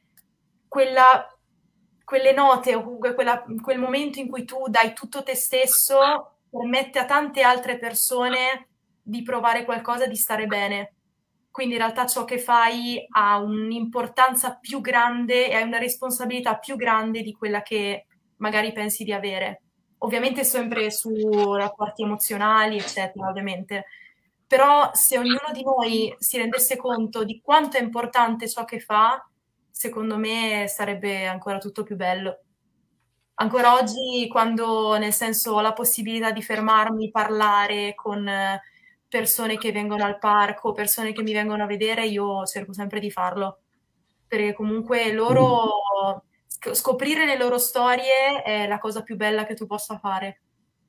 quella, quelle note o comunque quella, quel momento in cui tu dai tutto te stesso permette a tante altre persone di provare qualcosa, di stare bene. Quindi in realtà ciò che fai ha un'importanza più grande e hai una responsabilità più grande di quella che magari pensi di avere. Ovviamente sempre su rapporti emozionali, eccetera, ovviamente. Però se ognuno di noi si rendesse conto di quanto è importante ciò che fa, secondo me sarebbe ancora tutto più bello. Ancora oggi, quando nel senso ho la possibilità di fermarmi, parlare con persone che vengono al parco, persone che mi vengono a vedere, io cerco sempre di farlo. Perché comunque loro, scoprire le loro storie è la cosa più bella che tu possa fare.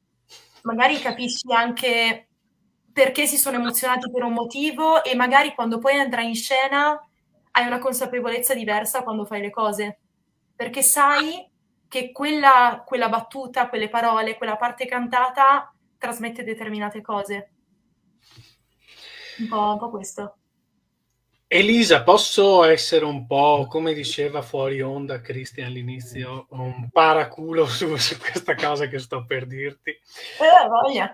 Magari capisci anche perché si sono emozionati per un motivo e magari quando poi andrai in scena hai una consapevolezza diversa quando fai le cose. Perché sai che quella, quella battuta, quelle parole, quella parte cantata trasmette determinate cose. Un po', un po' questo. Elisa, posso essere un po', come diceva fuori onda Cristian all'inizio, un paraculo su, su questa cosa che sto per dirti? Eh, voglia.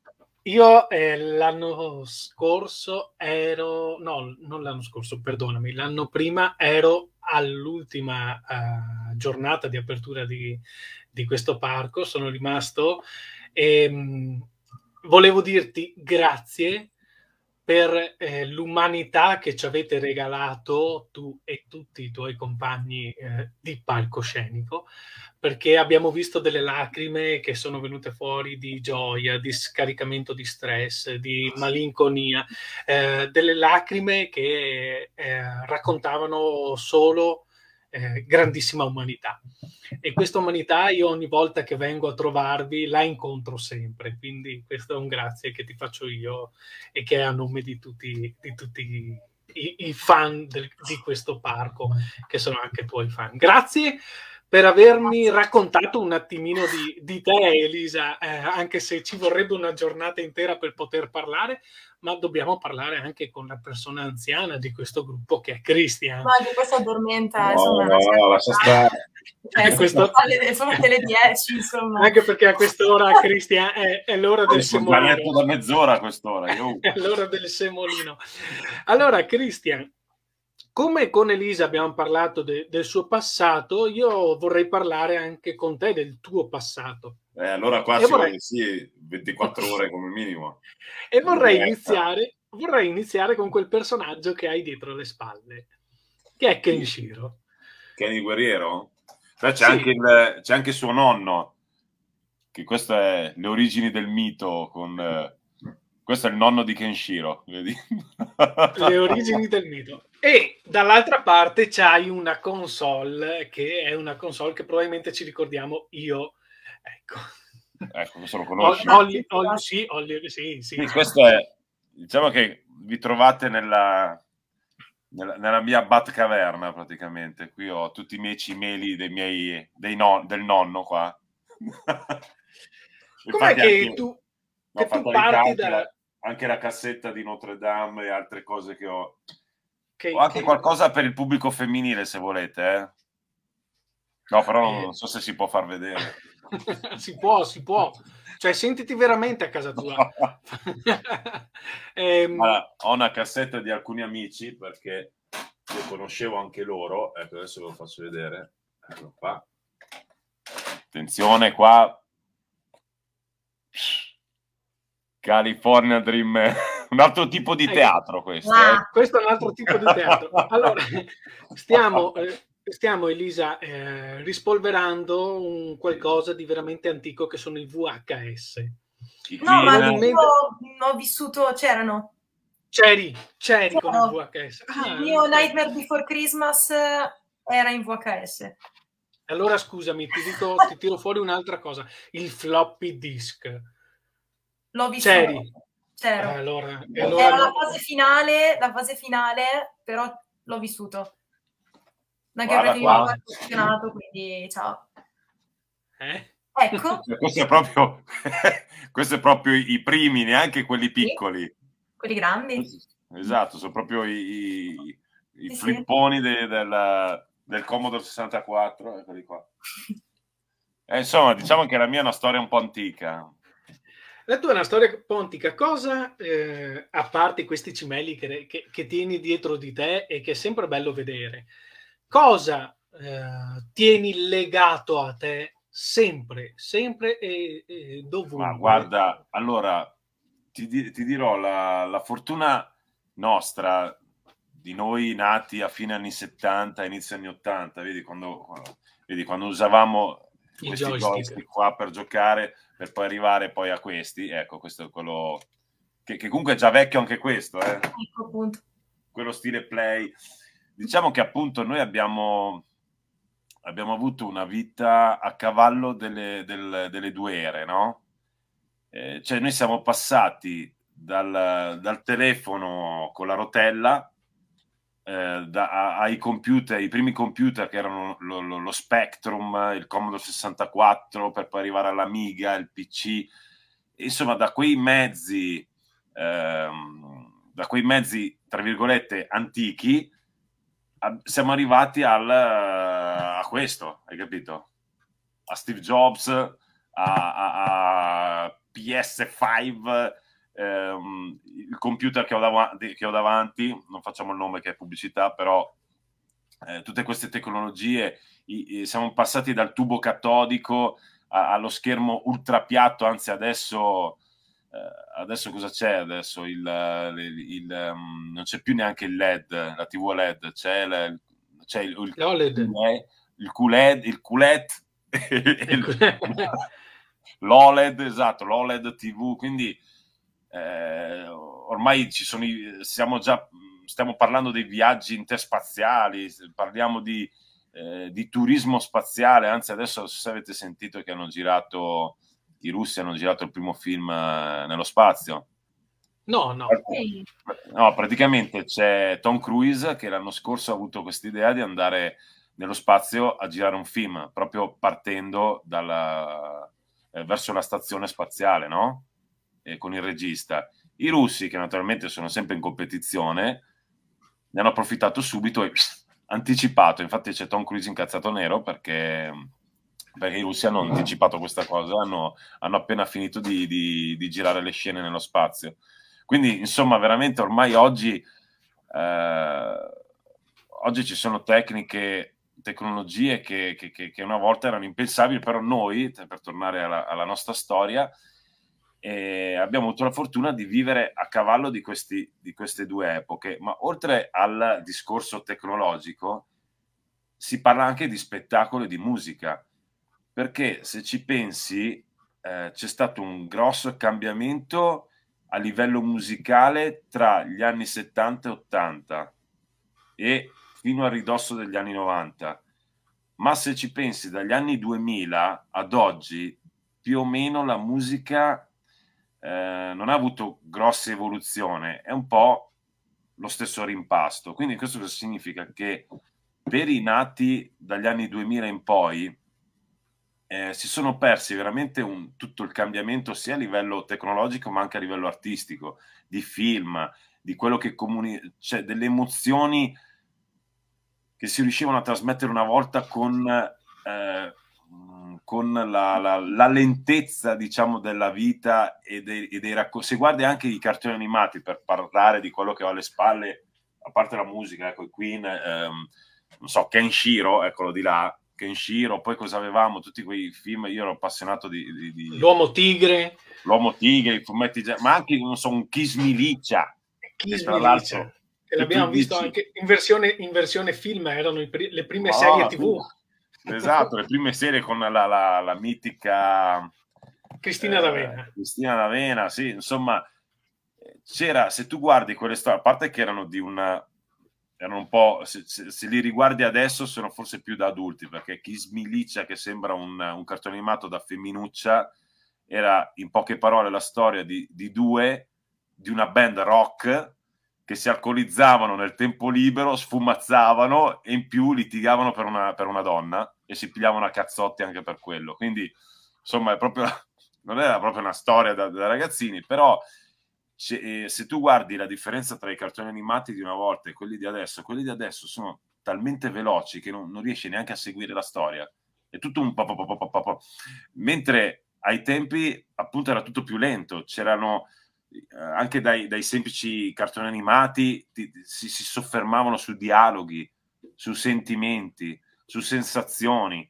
Io eh, l'anno scorso ero, no, non l'anno scorso, perdonami, l'anno prima ero all'ultima uh, giornata di apertura di, di questo parco, sono rimasto e mh, volevo dirti grazie per eh, l'umanità che ci avete regalato tu e tutti i tuoi compagni eh, di palcoscenico, perché abbiamo visto delle lacrime che sono venute fuori di gioia, di scaricamento di stress, di malinconia, eh, delle lacrime che eh, raccontavano solo eh, grandissima umanità. E questa umanità io ogni volta che vengo a trovarvi la incontro sempre, quindi questo è un grazie che ti faccio io e che è a nome di tutti, di tutti i, i fan del, di questo parco, che sono anche tuoi fan. Grazie per avermi raccontato un attimino di, di te, Elisa, eh, anche se ci vorrebbe una giornata intera per poter parlare, ma dobbiamo parlare anche con la persona anziana di questo gruppo, che è Cristian. Ma di questo addormenta, no, insomma. No, no, lascia stare. Cioè, questo... sono anche le dieci, insomma. Anche perché a quest'ora, Cristian, è, è l'ora del semolino. Ho letto da mezz'ora a quest'ora. Io... È l'ora del semolino. Allora, Cristian, come con Elisa abbiamo parlato de, del suo passato, io vorrei parlare anche con te del tuo passato. Eh, allora qua ci vorrei sì, ventiquattro ore come minimo. E vorrei iniziare, vorrei iniziare con quel personaggio che hai dietro le spalle, che è Kenshiro. Kenny Guerriero? Beh, c'è, sì. anche il, c'è anche suo nonno, che questo è le origini del mito con... Eh, questo è il nonno di Kenshiro, vedi? Le origini del mito. E dall'altra parte c'hai una console, che è una console che probabilmente ci ricordiamo io. Ecco. Ecco, questo lo conosci. Olli, Olli, sì, Olli, sì, sì. Sì, questo è... Diciamo che vi trovate nella... Nella, nella mia Batcaverna praticamente. Qui ho tutti i miei cimeli dei miei, dei no, del nonno qua. Com'è che anche, tu, che tu parti da... La, anche la cassetta di Notre Dame e altre cose che ho. Che, ho anche che... qualcosa per il pubblico femminile se volete. Eh? No, però eh... non so se si può far vedere. si può, si può. Cioè, sentiti veramente a casa tua. ehm... allora, ho una cassetta di alcuni amici perché io conoscevo anche loro. Ecco, adesso ve lo faccio vedere. Ecco qua. Attenzione qua. California Dream, un altro tipo di teatro questo. Ah. Eh. Questo è un altro tipo di teatro. Allora, stiamo, eh, stiamo Elisa, eh, rispolverando un qualcosa di veramente antico che sono i V H S. No, ma Probabilmente- io ho vissuto, c'erano. C'eri, c'eri con C'ero. il V H S. Ah, Il mio ok. Nightmare Before Christmas era in V H S. Allora scusami, ti dico, ti tiro fuori un'altra cosa. Il floppy disk. L'ho vissuto. C'eri. C'ero. Eh, allora, e allora Era no. la fase finale, la fase finale, però l'ho vissuto. Anche Guarda perché io qua. ho appassionato, quindi ciao. Eh? Ecco, Questo è proprio, questo è proprio i primi, neanche quelli piccoli. quelli grandi. Esatto, sono proprio i, i, i Sì, sì. flipponi de, del, del Commodore sessantaquattro, eccoli qua. Eh, insomma, diciamo che la mia è una storia un po' antica. La tua è una storia pontica. Cosa, eh, a parte questi cimelli che, che, che tieni dietro di te e che è sempre bello vedere, cosa eh, tieni legato a te sempre, sempre e, e dovunque? Ma guarda, allora, ti, di- ti dirò, la, la fortuna nostra, di noi nati a fine anni settanta, inizio anni ottanta, vedi quando, vedi, quando usavamo I questi joystick. joystick qua per giocare, per poi arrivare poi a questi, ecco, questo è quello che, che comunque è già vecchio anche questo, eh? Ecco appunto. Quello stile play. Diciamo che appunto noi abbiamo, abbiamo avuto una vita a cavallo delle, del, delle due ere, no? Eh, cioè noi siamo passati dal, dal telefono con la rotella eh, da, a, ai computer, i primi computer che erano lo, lo, lo Spectrum, il Commodore sessantaquattro, per poi arrivare all'Amiga, il P C. Insomma, da quei mezzi ehm, da quei mezzi tra virgolette antichi a, siamo arrivati al, a questo, hai capito? A Steve Jobs, a, a, a P S cinque, ehm, il computer che ho, davanti, che ho davanti, non facciamo il nome che è pubblicità, però eh, tutte queste tecnologie, i, i, siamo passati dal tubo catodico a, allo schermo ultrapiatto, anzi adesso eh, adesso cosa c'è? Adesso il, il, il, um, non c'è più neanche il L E D, la tivù L E D, c'è, il, c'è il, il, L'O L E D. il Q L E D, il Q L E D, l'O L E D, esatto, l'O L E D tivù, quindi eh, ormai ci sono i, siamo già, stiamo parlando dei viaggi interspaziali, parliamo di, eh, di turismo spaziale, anzi adesso se avete sentito che hanno girato, i russi hanno girato il primo film eh, nello spazio. No, no. No, praticamente c'è Tom Cruise che l'anno scorso ha avuto questa idea di andare nello spazio a girare un film, proprio partendo dalla, eh, verso la stazione spaziale, no? E con il regista. I russi, che naturalmente sono sempre in competizione, ne hanno approfittato subito e pss, anticipato. Infatti c'è Tom Cruise incazzato nero perché, perché i russi hanno anticipato questa cosa, hanno, hanno appena finito di, di, di girare le scene nello spazio. Quindi, insomma, veramente ormai oggi, eh, oggi ci sono tecniche, tecnologie che, che, che una volta erano impensabili, però noi, per tornare alla, alla nostra storia, eh, abbiamo avuto la fortuna di vivere a cavallo di, questi, di queste due epoche. Ma oltre al discorso tecnologico, si parla anche di spettacolo e di musica, perché se ci pensi, eh, c'è stato un grosso cambiamento a livello musicale tra gli anni settanta e ottanta e fino a ridosso degli anni novanta. Ma se ci pensi dagli anni duemila ad oggi, più o meno la musica eh, non ha avuto grossa evoluzione, è un po' lo stesso rimpasto. Quindi questo cosa significa? Che per i nati dagli anni duemila in poi Eh, si sono persi veramente un, tutto il cambiamento sia a livello tecnologico ma anche a livello artistico, di film, di quello che comuni- cioè delle emozioni che si riuscivano a trasmettere una volta con, eh, con la, la, la lentezza, diciamo, della vita e dei, e dei racconti. Se guardi anche i cartoni animati, per parlare di quello che ho alle spalle, a parte la musica, ecco, i Queen, ehm, non so, Kenshiro, eccolo di là, Kenshiro, poi cosa avevamo, tutti quei film, io ero appassionato di... di, di... L'Uomo Tigre. L'Uomo Tigre, i fumetti, ma anche, non so, un Kiss Milicia. Kiss Milicia. E l'abbiamo visto dici... anche in versione, in versione film, erano i, le prime oh, serie tivù. Esatto, le prime serie con la, la, la mitica... Cristina eh, D'Avena. Cristina D'Avena, sì, insomma, c'era, se tu guardi quelle storie, a parte che erano di una... erano un po', se, se, se li riguardi adesso sono forse più da adulti, perché Kiss Milicia, che sembra un, un cartone animato da femminuccia, era in poche parole la storia di, di due, di una band rock che si alcolizzavano nel tempo libero, sfumazzavano e in più litigavano per una, per una donna e si pigliavano a cazzotti anche per quello. Quindi, insomma, è proprio, non era proprio una storia da, da ragazzini, però se, eh, se tu guardi la differenza tra i cartoni animati di una volta e quelli di adesso, quelli di adesso sono talmente veloci che non, non riesci neanche a seguire la storia. È tutto un po' po' po' po' po' po'. Mentre ai tempi appunto era tutto più lento, c'erano eh, anche dai, dai semplici cartoni animati ti, si, si soffermavano su dialoghi, su sentimenti, su sensazioni.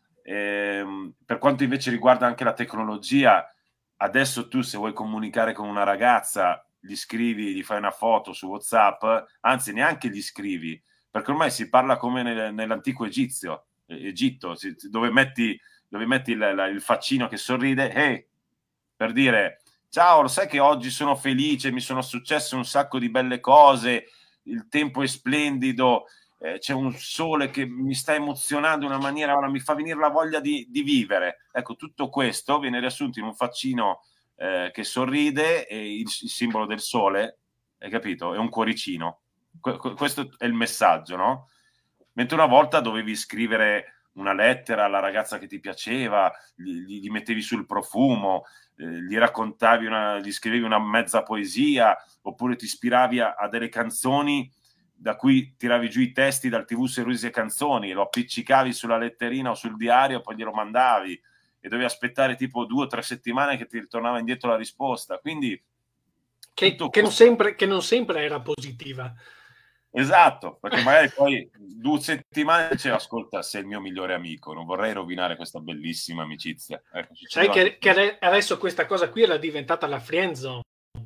Eh, per quanto invece riguarda anche la tecnologia, adesso tu se vuoi comunicare con una ragazza gli scrivi, gli fai una foto su WhatsApp, anzi neanche gli scrivi, perché ormai si parla come nel, nell'antico Egizio, Egitto, dove metti dove metti il, il, il faccino che sorride, hey, per dire ciao, lo sai che oggi sono felice, mi sono successe un sacco di belle cose, il tempo è splendido, eh, c'è un sole che mi sta emozionando in una maniera, ora mi fa venire la voglia di, di vivere. Ecco, tutto questo viene riassunto in un faccino eh, che sorride, e il, il simbolo del sole, hai capito? È un cuoricino. Que- questo è il messaggio, no? Mentre una volta dovevi scrivere una lettera alla ragazza che ti piaceva, gli, gli mettevi sul profumo, eh, gli raccontavi una, gli scrivevi una mezza poesia, oppure ti ispiravi a, a delle canzoni da cui tiravi giù i testi dal tivù Serusi e Canzoni, lo appiccicavi sulla letterina o sul diario, poi glielo mandavi e dovevi aspettare tipo due o tre settimane che ti ritornava indietro la risposta. Quindi che, che, non sempre, che non sempre era positiva. Esatto, perché magari poi due settimane dice ascolta, sei il mio migliore amico, non vorrei rovinare questa bellissima amicizia. Ecco, sai che, che adesso questa cosa qui era diventata la friendzone.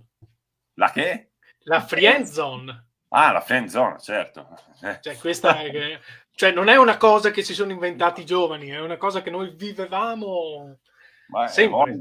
La che? La friendzone. Ah, la friendzone, certo. Cioè, questa è che, cioè, non è una cosa che si sono inventati i giovani, è una cosa che noi vivevamo Ma sempre.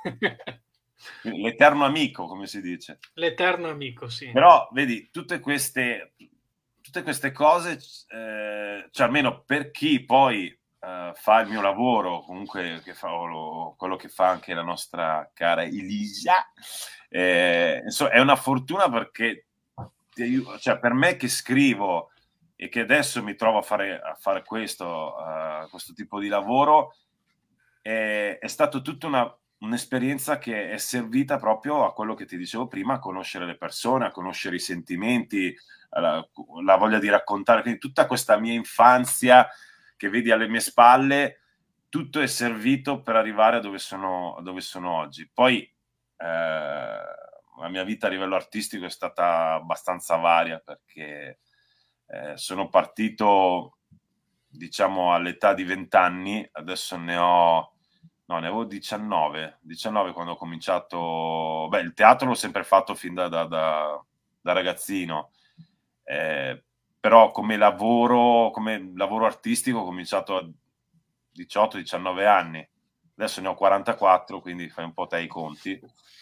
L'eterno amico, come si dice. L'eterno amico, sì. Però, vedi, tutte queste... tutte queste cose, eh, cioè almeno per chi poi eh, fa il mio lavoro, comunque che fa, lo, quello che fa anche la nostra cara Elisa, eh, insomma, è una fortuna perché ti aiuta, cioè per me che scrivo e che adesso mi trovo a fare, a fare questo, uh, questo tipo di lavoro, è, è stato tutta una un'esperienza che è servita proprio a quello che ti dicevo prima, a conoscere le persone, a conoscere i sentimenti, la, la voglia di raccontare, quindi tutta questa mia infanzia che vedi alle mie spalle, tutto è servito per arrivare a dove sono, a dove sono oggi. Poi eh, la mia vita a livello artistico è stata abbastanza varia, perché eh, sono partito, diciamo, all'età di vent'anni, adesso ne ho No, ne avevo diciannove, diciannove quando ho cominciato. Beh, il teatro l'ho sempre fatto fin da, da, da, da ragazzino, eh, però come lavoro, come lavoro artistico ho cominciato a diciotto diciannove anni. Adesso ne ho quarantaquattro, quindi fai un po' te i conti.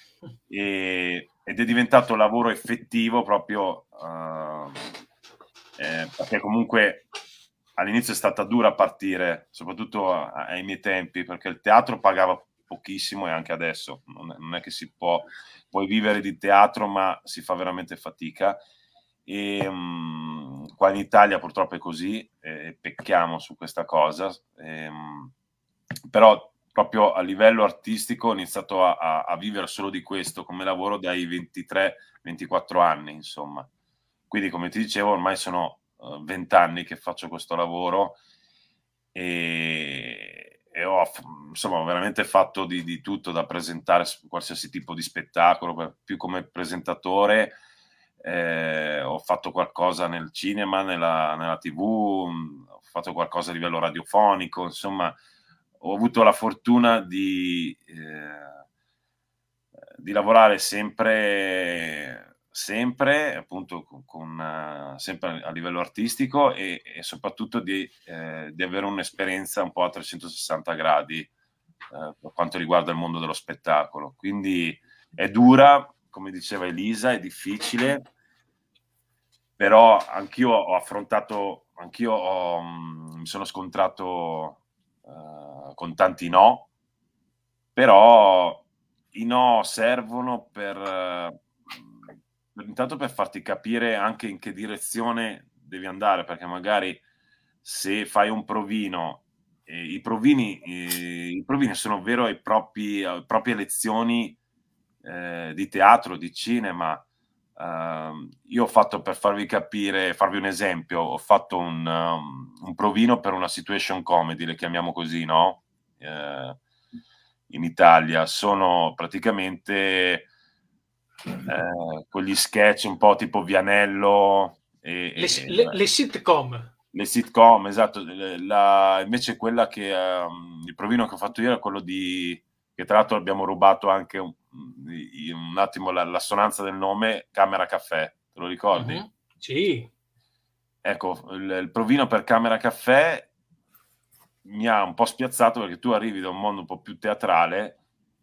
E, ed è diventato lavoro effettivo proprio uh, eh, perché comunque all'inizio è stata dura partire, soprattutto ai miei tempi, perché il teatro pagava pochissimo, e anche adesso non è, non è che si può puoi vivere di teatro, ma si fa veramente fatica. E um, qua in Italia purtroppo è così, e pecchiamo su questa cosa, e, um, però proprio a livello artistico ho iniziato a, a, a vivere solo di questo come lavoro dai ventitré ventiquattro anni, insomma. Quindi, come ti dicevo, ormai sono vent'anni che faccio questo lavoro, e, e ho insomma veramente fatto di, di tutto, da presentare qualsiasi tipo di spettacolo, più come presentatore, eh, ho fatto qualcosa nel cinema, nella, nella tivù, ho fatto qualcosa a livello radiofonico, insomma, ho avuto la fortuna di, eh, di lavorare sempre, sempre appunto con, con, uh, sempre a livello artistico e, e soprattutto di, eh, di avere un'esperienza un po' a trecentosessanta gradi eh, per quanto riguarda il mondo dello spettacolo. Quindi è dura, come diceva Elisa, è difficile, però anch'io ho affrontato, anch'io ho, um, mi sono scontrato uh, con tanti no, però i no servono per, uh, per intanto per farti capire anche in che direzione devi andare, perché magari se fai un provino, eh, i provini eh, i provini sono vero e propri, uh, proprie lezioni eh, di teatro, di cinema. Uh, io ho fatto, per farvi capire, farvi un esempio, ho fatto un, um, un provino per una situation comedy, le chiamiamo così, no? Uh, in Italia sono praticamente eh, quegli sketch un po' tipo Vianello e, le, e, le, le sitcom le sitcom, esatto. La, invece quella che um, il provino che ho fatto io è quello di, che tra l'altro abbiamo rubato anche un, un attimo la, l'assonanza del nome, Camera Caffè, te lo ricordi? Uh-huh. Sì. Ecco, il, il provino per Camera Caffè mi ha un po' spiazzato, perché tu arrivi da un mondo un po' più teatrale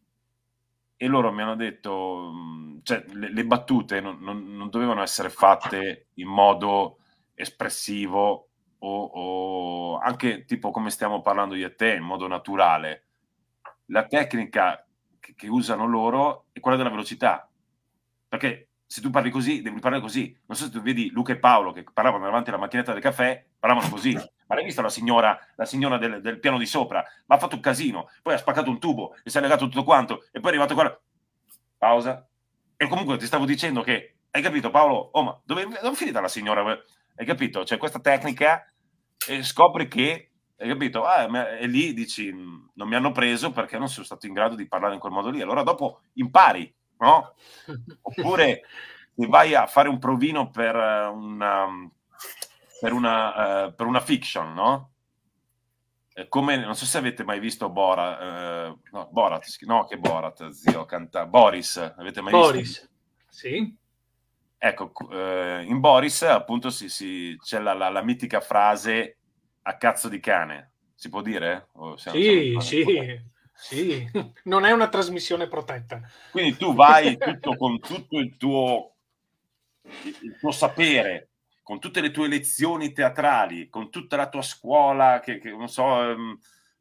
e loro mi hanno detto, cioè le, le battute non, non, non dovevano essere fatte in modo espressivo o, o anche tipo come stiamo parlando io e te, in modo naturale. La tecnica che, che usano loro è quella della velocità, perché se tu parli così devi parlare così. Non so se tu vedi Luca e Paolo che parlavano davanti alla macchinetta del caffè, parlavano così. Ma l'hai visto la signora, la signora del, del piano di sopra? Ma ha fatto un casino, poi ha spaccato un tubo e si è legato tutto quanto e poi è arrivato qua. Pausa. E comunque ti stavo dicendo che, hai capito Paolo? Oh, ma dove, dove è finita la signora? Hai capito? C'è questa tecnica e scopri che, hai capito? Ah, e lì dici, non mi hanno preso perché non sono stato in grado di parlare in quel modo lì. Allora dopo impari, no? Oppure se vai a fare un provino per una, per una, uh, per una fiction, no? Come, non so se avete mai visto Borat, eh, no, Borat, no, che Borat, zio, canta, Boris, avete mai Boris, visto? sì. Ecco, eh, in Boris appunto si, si, c'è la, la, la mitica frase a cazzo di cane, si può dire? O siamo, sì, siamo sì, sì, non è una trasmissione protetta. Quindi tu vai tutto con tutto il tuo, il tuo sapere, con tutte le tue lezioni teatrali, con tutta la tua scuola, che, che non so, um,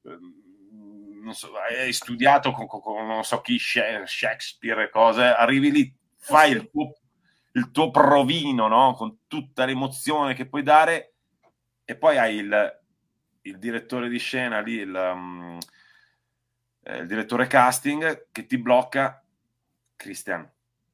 non so, hai studiato con, con, con non so chi, Shakespeare e cose, arrivi lì, fai il tuo, il tuo provino, no? Con tutta l'emozione che puoi dare, e poi hai il, il direttore di scena lì, il, um, eh, il direttore casting che ti blocca. Christian,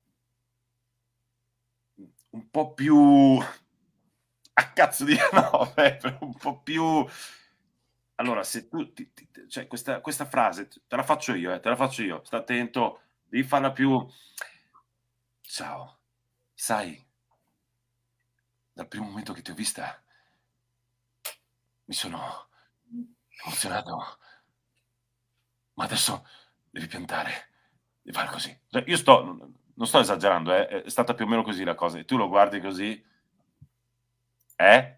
un po' più a cazzo di no, un po' più. Allora, se tu ti, ti, cioè questa, questa frase te la faccio io, eh, te la faccio io, sta attento, devi farla più. Ciao, sai, dal primo momento che ti ho vista mi sono emozionato, ma adesso devi piantare, devi fare così. Cioè, io sto, non sto esagerando, eh, è stata più o meno così la cosa, e tu lo guardi così, eh?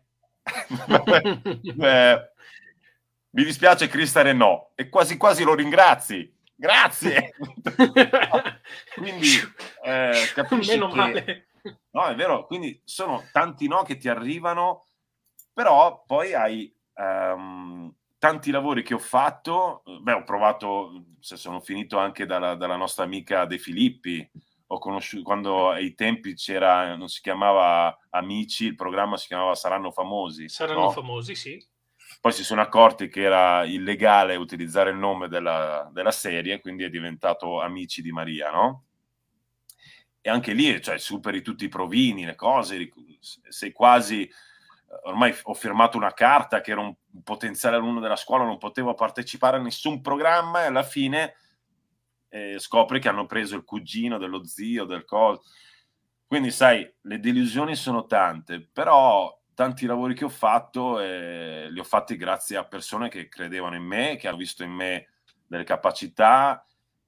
eh mi dispiace Christian, no, e quasi quasi lo ringrazi, grazie. Quindi eh, capisci meno che, male. no, è vero, quindi sono tanti no che ti arrivano, però poi hai um, tanti lavori che ho fatto. Beh, ho provato, se sono finito anche dalla, dalla nostra amica De Filippi, ho conosciuto quando ai tempi c'era, non si chiamava Amici, il programma si chiamava Saranno Famosi. Saranno no? famosi, sì. Poi si sono accorti che era illegale utilizzare il nome della, della serie, quindi è diventato Amici di Maria, no? E anche lì, cioè, superi tutti i provini, le cose, sei quasi, ormai ho firmato una carta che ero un potenziale alunno della scuola, non potevo partecipare a nessun programma, e alla fine eh, scopri che hanno preso il cugino dello zio, del coso. Quindi sai, le delusioni sono tante, però tanti lavori che ho fatto eh, li ho fatti grazie a persone che credevano in me, che hanno visto in me delle capacità,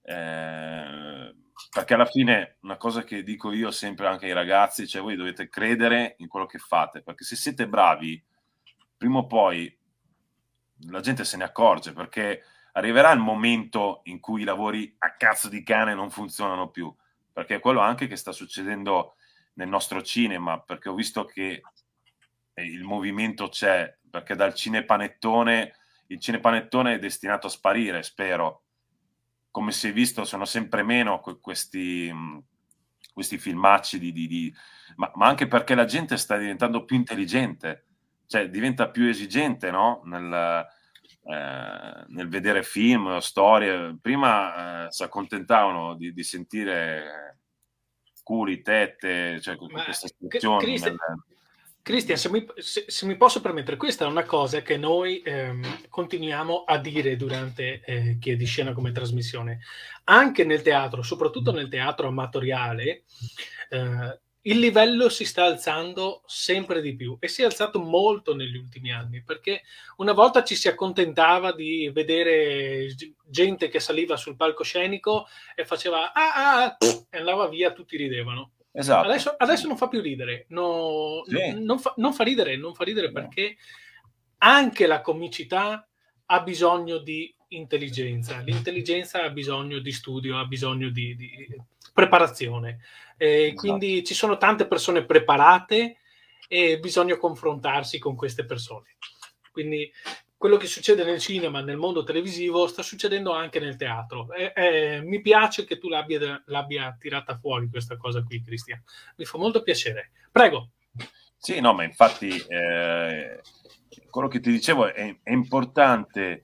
eh, perché alla fine una cosa che dico io sempre anche ai ragazzi, cioè voi dovete credere in quello che fate, perché se siete bravi, prima o poi la gente se ne accorge, perché arriverà il momento in cui i lavori a cazzo di cane non funzionano più, perché è quello anche che sta succedendo nel nostro cinema, perché ho visto che il movimento c'è, perché dal cinepanettone, il cinepanettone è destinato a sparire, spero. Come si è visto, sono sempre meno questi, questi filmacci di... di, di ma, ma anche perché la gente sta diventando più intelligente, cioè diventa più esigente, no? Nel, eh, nel vedere film, storie. Prima eh, si accontentavano di, di sentire culi, tette, cioè Ma, queste espressioni. Cristian, nel... Cristian se, mi, se, se mi posso permettere, questa è una cosa che noi ehm, continuiamo a dire durante eh, Chi è di scena come trasmissione. Anche nel teatro, soprattutto nel teatro amatoriale, eh, il livello si sta alzando sempre di più e si è alzato molto negli ultimi anni, perché una volta ci si accontentava di vedere gente che saliva sul palcoscenico e faceva ah, ah, e andava via, tutti ridevano. Esatto. Adesso, adesso non fa più ridere, no, sì. non, fa, non fa ridere, non fa ridere perché anche la comicità ha bisogno di intelligenza, l'intelligenza ha bisogno di studio, ha bisogno di, di preparazione. Eh, esatto. Quindi ci sono tante persone preparate e bisogna confrontarsi con queste persone. Quindi quello che succede nel cinema, nel mondo televisivo, sta succedendo anche nel teatro. Eh, eh, mi piace che tu l'abbia, l'abbia tirata fuori questa cosa qui, Cristian. Mi fa molto piacere. Prego. Sì, no, ma infatti eh, quello che ti dicevo è, è importante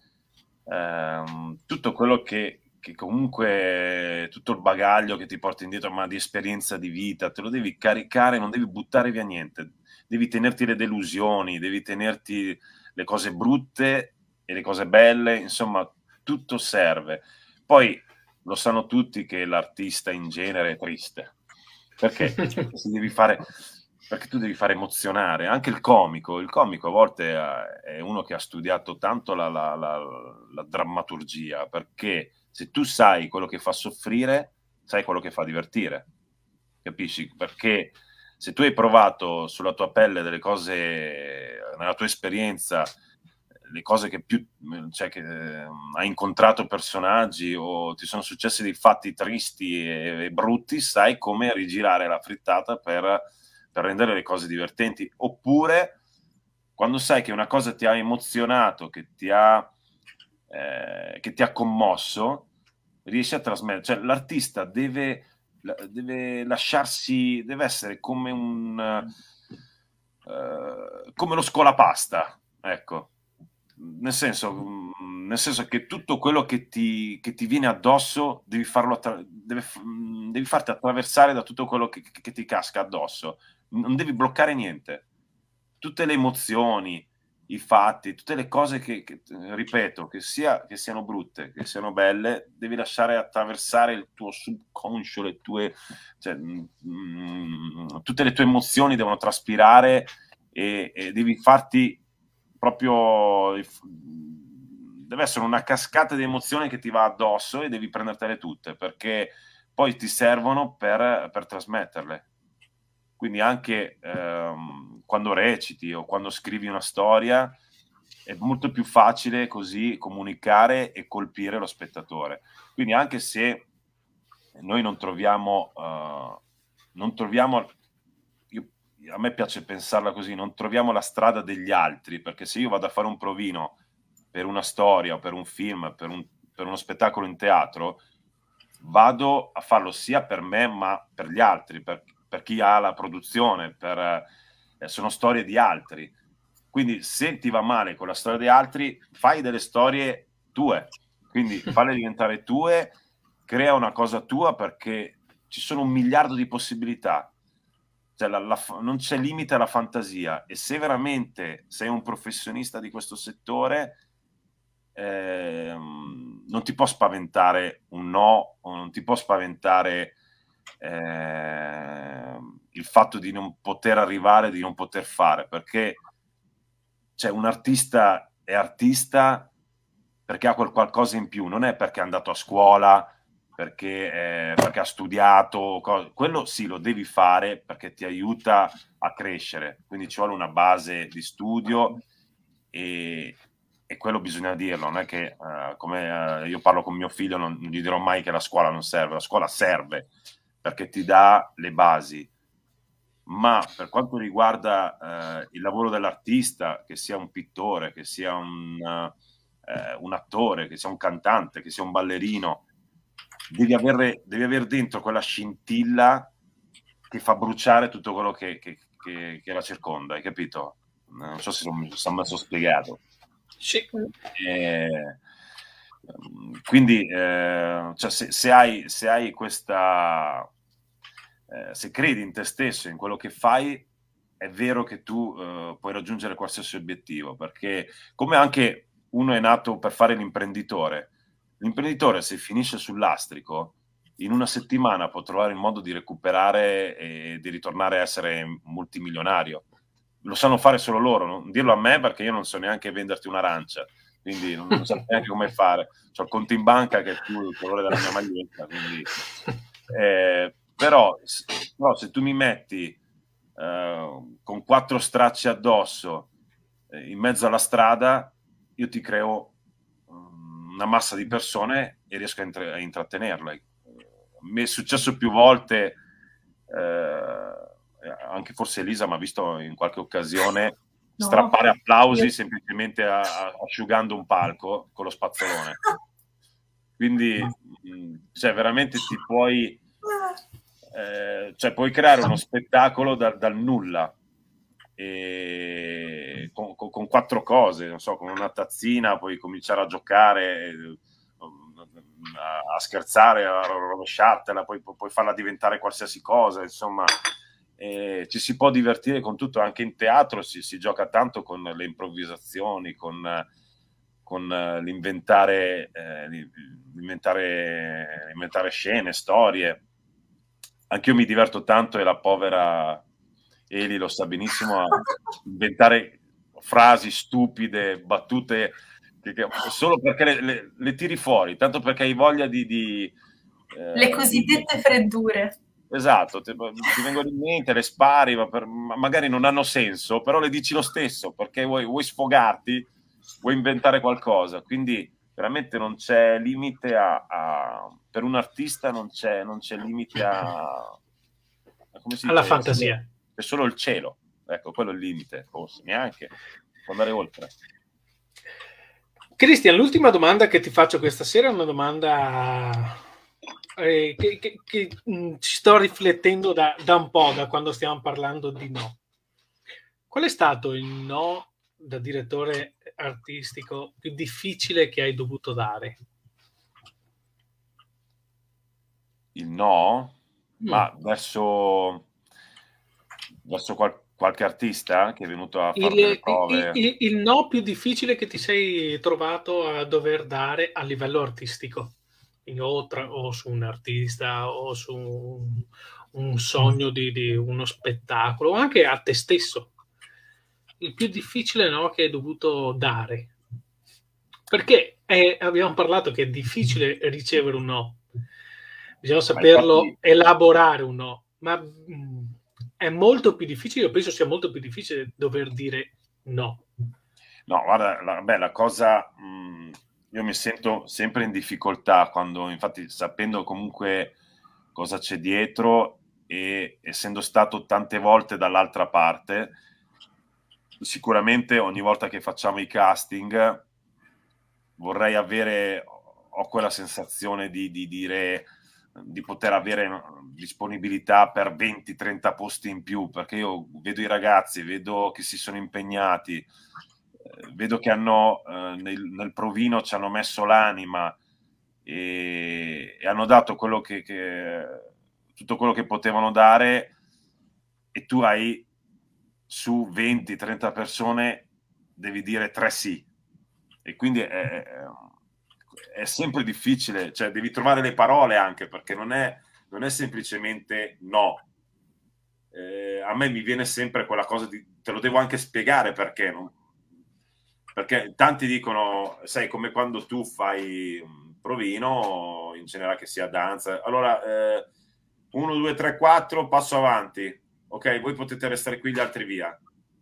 ehm, tutto quello che, che comunque, tutto il bagaglio che ti porti indietro, ma di esperienza di vita, te lo devi caricare, non devi buttare via niente. Devi tenerti le delusioni, devi tenerti le cose brutte e le cose belle, insomma, tutto serve. Poi lo sanno tutti che l'artista in genere è triste. Perché? Si devi fare, perché tu devi fare emozionare. Anche il comico, il comico a volte è uno che ha studiato tanto la, la, la, la drammaturgia, perché se tu sai quello che fa soffrire, sai quello che fa divertire. Capisci? Perché se tu hai provato sulla tua pelle delle cose, nella tua esperienza, le cose che più, cioè che eh, hai incontrato personaggi o ti sono successi dei fatti tristi e, e brutti, sai come rigirare la frittata per, per rendere le cose divertenti. Oppure, quando sai che una cosa ti ha emozionato, che ti ha, eh, che ti ha commosso, riesci a trasmettere. Cioè, l'artista deve... deve lasciarsi, deve essere come un uh, come lo scolapasta, ecco, nel senso, nel senso che tutto quello che ti, che ti viene addosso devi farlo attra- deve, devi farti attraversare da tutto quello che, che ti casca addosso, non devi bloccare niente, tutte le emozioni, i fatti, tutte le cose che, che ripeto, che, sia, che siano brutte, che siano belle, devi lasciare attraversare il tuo subconscio, le tue, cioè, mh, tutte le tue emozioni devono traspirare e, e devi farti proprio, deve essere una cascata di emozioni che ti va addosso e devi prendertele tutte, perché poi ti servono per, per trasmetterle. Quindi anche ehm, quando reciti o quando scrivi una storia è molto più facile così comunicare e colpire lo spettatore. Quindi anche se noi non troviamo, uh, non troviamo, io, a me piace pensarla così, non troviamo la strada degli altri, perché se io vado a fare un provino per una storia o per un film, per, un, per uno spettacolo in teatro, vado a farlo sia per me ma per gli altri, per, per chi ha la produzione, per, eh, sono storie di altri. Quindi se ti va male con la storia di altri, fai delle storie tue, quindi falle diventare tue, crea una cosa tua, perché ci sono un miliardo di possibilità, cioè la, la, non c'è limite alla fantasia, e se veramente sei un professionista di questo settore, eh, non ti può spaventare un no, o non ti può spaventare eh, il fatto di non poter arrivare, di non poter fare, perché cioè, un artista è artista perché ha quel qualcosa in più, non è perché è andato a scuola, perché, eh, perché ha studiato, co- quello sì lo devi fare perché ti aiuta a crescere, quindi ci vuole una base di studio e, e quello bisogna dirlo, non è che uh, come uh, io parlo con mio figlio non, non gli dirò mai che la scuola non serve, la scuola serve perché ti dà le basi, ma per quanto riguarda uh, il lavoro dell'artista, che sia un pittore, che sia un, uh, uh, un attore, che sia un cantante, che sia un ballerino, devi avere, devi avere dentro quella scintilla che fa bruciare tutto quello che, che, che, che la circonda, hai capito? Non so se sono, sono messo spiegato. Sì. Eh, quindi eh, cioè se, se, hai, se hai questa eh, se credi in te stesso, in quello che fai, è vero che tu eh, puoi raggiungere qualsiasi obiettivo, perché come anche uno è nato per fare l'imprenditore, l'imprenditore se finisce sul lastrico in una settimana può trovare il modo di recuperare e di ritornare a essere multimilionario. Lo sanno fare solo loro, non dirlo a me perché io non so neanche venderti un'arancia, quindi non, non so neanche come fare. C'ho il conto in banca che è più il colore della mia maglietta, quindi, eh, però, però se tu mi metti eh, con quattro stracci addosso eh, in mezzo alla strada, io ti creo um, una massa di persone e riesco a, intra- a intrattenerle. Mi è successo più volte, eh, anche forse Elisa mi ha visto in qualche occasione no. strappare applausi io... semplicemente a, a, asciugando un palco con lo spazzolone. Quindi cioè, veramente ti puoi, eh, cioè, puoi creare uno spettacolo da, dal nulla e con, con, con quattro cose, non so, con una tazzina puoi cominciare a giocare, a, a scherzare, a rovesciartela, poi puoi farla diventare qualsiasi cosa, insomma, eh, ci si può divertire con tutto, anche in teatro si, si gioca tanto con le improvvisazioni, con, con l'inventare, eh, l'inventare, inventare scene, storie. Anch'io mi diverto tanto e la povera Eli lo sa benissimo a inventare frasi stupide, battute che, che, solo perché le, le, le tiri fuori, tanto perché hai voglia di... di eh, le cosiddette di... freddure. Esatto, ti, ti vengono in mente, le spari, ma, per, ma magari non hanno senso, però le dici lo stesso, perché vuoi, vuoi sfogarti, vuoi inventare qualcosa, quindi veramente non c'è limite a... a per un artista non c'è, non c'è limite a... a come si alla dice? fantasia. È solo il cielo, ecco, quello è il limite, forse, neanche, può andare oltre. Cristian, l'ultima domanda che ti faccio questa sera è una domanda eh, che, che, che mh, ci sto riflettendo da, da un po', da quando stiamo parlando di no. Qual è stato il no da direttore artistico più difficile che hai dovuto dare? Il no? Mm. Ma verso, verso qual, qualche artista che è venuto a fare il, delle prove? Il, il, il no più difficile che ti sei trovato a dover dare a livello artistico? O, tra, o su un artista o su un, un sogno di, di uno spettacolo, o anche a te stesso. Il più difficile no che hai dovuto dare. Perché è, abbiamo parlato che è difficile ricevere un no. Bisogna saperlo infatti... elaborare un no. Ma mh, è molto più difficile, io penso sia molto più difficile dover dire no. No, guarda, la, beh, la cosa... Mh... Io mi sento sempre in difficoltà quando, infatti, sapendo comunque cosa c'è dietro e essendo stato tante volte dall'altra parte, sicuramente ogni volta che facciamo i casting vorrei avere, ho quella sensazione di, di dire, di poter avere disponibilità per venti trenta posti in più, perché io vedo i ragazzi, vedo che si sono impegnati, vedo che hanno eh, nel, nel provino ci hanno messo l'anima e, e hanno dato quello che, che tutto quello che potevano dare, e tu hai su venti trenta persone devi dire tre sì, e quindi è, è sempre difficile, cioè devi trovare le parole anche, perché non è, non è semplicemente no, eh, a me mi viene sempre quella cosa di, te lo devo anche spiegare perché, no? Perché tanti dicono, sai, come quando tu fai un provino, in generale che sia danza, allora eh, uno, due, tre, quattro, passo avanti, ok, voi potete restare qui, gli altri via.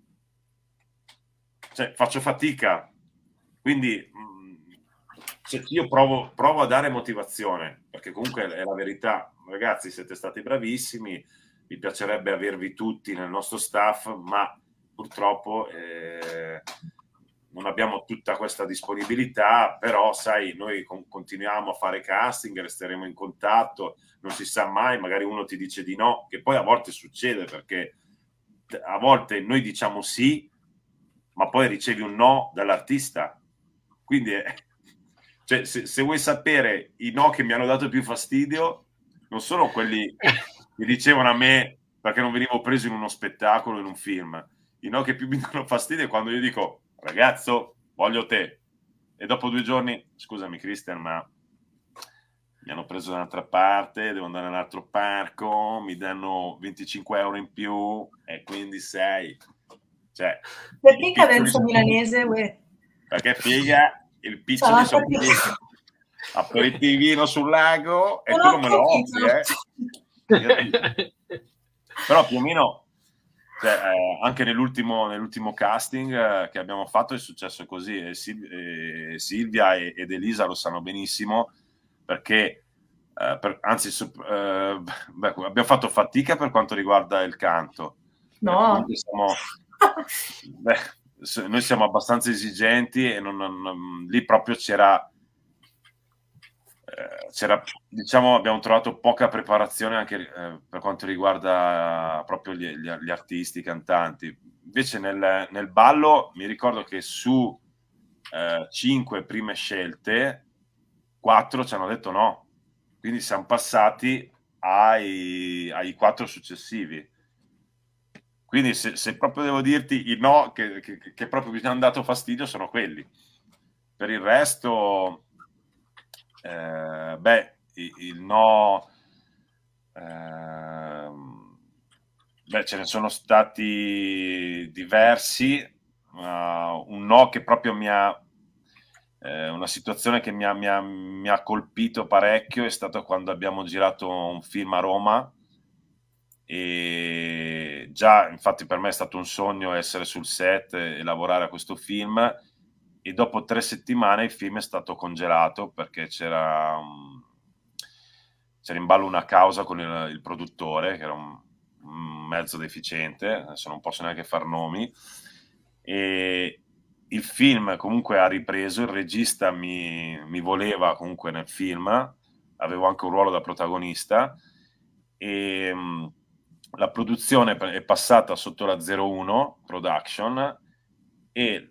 Cioè, faccio fatica, quindi cioè, io provo, provo a dare motivazione, perché comunque è la verità. Ragazzi, siete stati bravissimi, mi piacerebbe avervi tutti nel nostro staff, ma purtroppo eh, non abbiamo tutta questa disponibilità, però sai, noi con, continuiamo a fare casting, resteremo in contatto, non si sa mai, magari uno ti dice di no, che poi a volte succede, perché a volte noi diciamo sì, ma poi ricevi un no dall'artista. Quindi è, cioè, se, se vuoi sapere i no che mi hanno dato più fastidio, non sono quelli che dicevano a me perché non venivo preso in uno spettacolo, in un film. I no che più mi danno fastidio è quando io dico, ragazzo, voglio te. E dopo due giorni, scusami Christian, ma mi hanno preso da un'altra parte, devo andare in un altro parco, mi danno venticinque euro in più, e quindi sei... Cioè, perché cadenza milanese, uè? Perché figa, il piccioli sono aperitivino sul lago e tu non me lo offri, eh? Però più o meno, cioè, eh, anche nell'ultimo, nell'ultimo casting eh, che abbiamo fatto è successo così, e Sil- e Silvia e, ed Elisa lo sanno benissimo, perché eh, per, anzi su, eh, beh, abbiamo fatto fatica per quanto riguarda il canto. No. Siamo, beh, noi siamo abbastanza esigenti e non, non, lì proprio c'era eh, c'era, diciamo, abbiamo trovato poca preparazione anche eh, per quanto riguarda eh, proprio gli, gli, gli artisti, i cantanti. Invece nel, nel ballo mi ricordo che su eh, cinque prime scelte, quattro ci hanno detto no, quindi siamo passati ai, ai quattro successivi. Quindi se, se proprio devo dirti i no che, che, che proprio mi hanno dato fastidio sono quelli. Per il resto, eh, beh, il, il no, eh, beh, ce ne sono stati diversi. Uh, un no che proprio mi ha, eh, una situazione che mi ha, mi, ha, mi ha colpito parecchio è stato quando abbiamo girato un film a Roma. E già infatti per me è stato un sogno essere sul set e lavorare a questo film, e dopo tre settimane il film è stato congelato perché c'era um, c'era in ballo una causa con il, il produttore che era un, un mezzo deficiente, adesso non posso neanche far nomi, e il film comunque ha ripreso, il regista mi, mi voleva comunque nel film, avevo anche un ruolo da protagonista, e um, la produzione è passata sotto la zero uno Production, e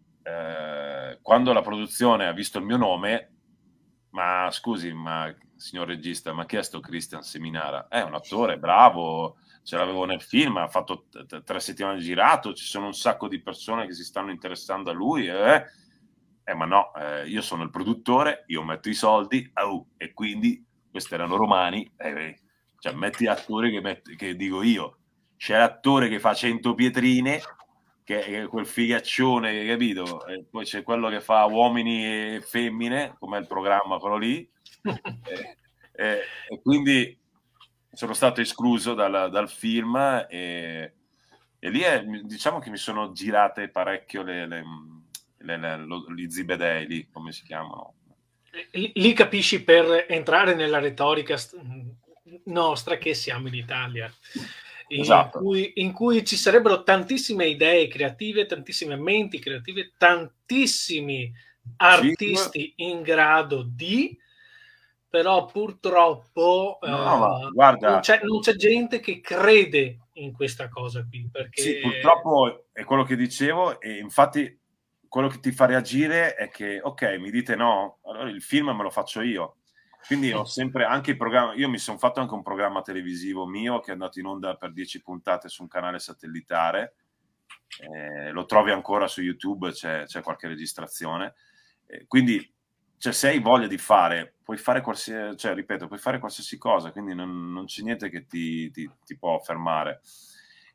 eh, quando la produzione ha visto il mio nome, ma scusi, ma signor regista, ma chi è sto Christian Seminara? È un attore bravo, ce l'avevo nel film, ha fatto t- tre settimane di girato, ci sono un sacco di persone che si stanno interessando a lui, eh, eh ma no, eh, io sono il produttore, io metto i soldi, oh, e quindi questi erano romani, eh, cioè metti attori che, met- che dico io, c'è l'attore che fa cento pietrine, che è quel figaccione, capito? E poi c'è quello che fa uomini e femmine, come il programma quello lì, e, e, e quindi sono stato escluso dal, dal film, e, e lì è, diciamo che mi sono girate parecchio le, le, le, le, lo, gli zibedei lì, come si chiamano. Lì capisci, per entrare nella retorica nostra, che siamo in Italia, in, esatto. cui, in cui ci sarebbero tantissime idee creative, tantissime menti creative, tantissimi artisti sì. in grado di, però purtroppo no, eh, guarda, non, c'è, non c'è gente che crede in questa cosa qui, perché sì, purtroppo è quello che dicevo, e infatti quello che ti fa reagire è che ok, mi dite no, allora il film me lo faccio io. Quindi ho sempre anche il programma, io mi sono fatto anche un programma televisivo mio che è andato in onda per dieci puntate su un canale satellitare, eh, lo trovi ancora su YouTube, c'è, c'è qualche registrazione, eh, quindi cioè, se hai voglia di fare, puoi fare qualsiasi, cioè ripeto, puoi fare qualsiasi cosa, quindi non, non c'è niente che ti, ti, ti può fermare.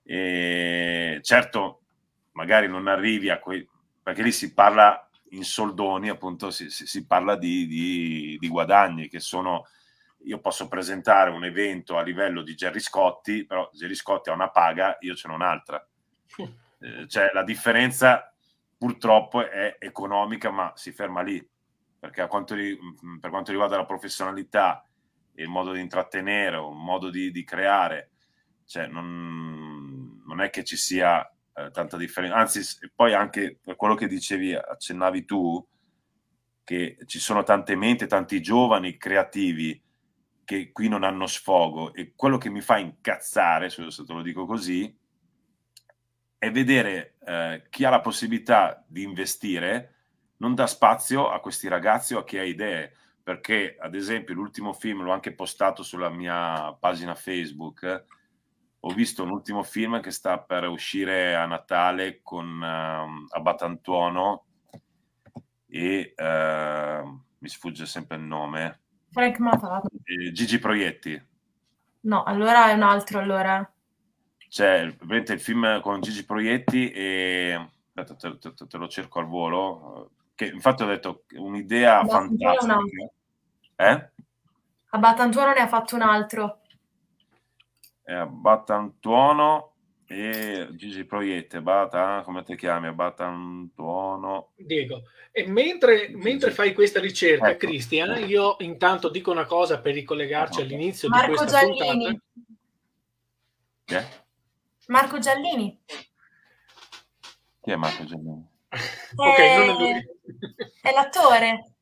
E certo, magari non arrivi a quei... perché lì si parla in soldoni, appunto, si, si, si parla di, di, di guadagni che sono... Io posso presentare un evento a livello di Gerry Scotti, però Gerry Scotti ha una paga, io ce n'ho un'altra. Eh, cioè la differenza purtroppo è economica, ma si ferma lì, perché a quanto, per quanto riguarda la professionalità, il modo di intrattenere, un modo di, di creare, cioè non, non è che ci sia eh, tanta differenza, anzi poi anche per quello che dicevi, accennavi tu, che ci sono tante menti, tanti giovani creativi che qui non hanno sfogo, e quello che mi fa incazzare, se te lo dico così, è vedere eh, chi ha la possibilità di investire non dà spazio a questi ragazzi o a chi ha idee, perché ad esempio l'ultimo film l'ho anche postato sulla mia pagina Facebook, eh, ho visto un ultimo film che sta per uscire a Natale con uh, Abbatantuono e uh, mi sfugge sempre il nome, Frank Matato. e Gigi Proietti. No, allora è un altro, allora. C'è il, il film con Gigi Proietti e aspetta, te, te, te lo cerco al volo, che infatti ho detto un'idea fantastica. Eh? Abbatantuono ne ha fatto un altro. È Abbatantuono e Gigi Proietti. Bata, come ti chiami? Abbatantuono. Diego. E mentre, mentre fai questa ricerca, ecco. Cristian, io intanto dico una cosa per ricollegarci ecco. all'inizio Marco di questa Giallini. puntata. Chi è? Marco Giallini. Chi è Marco Giallini? Ok, è... non è lui. È l'attore.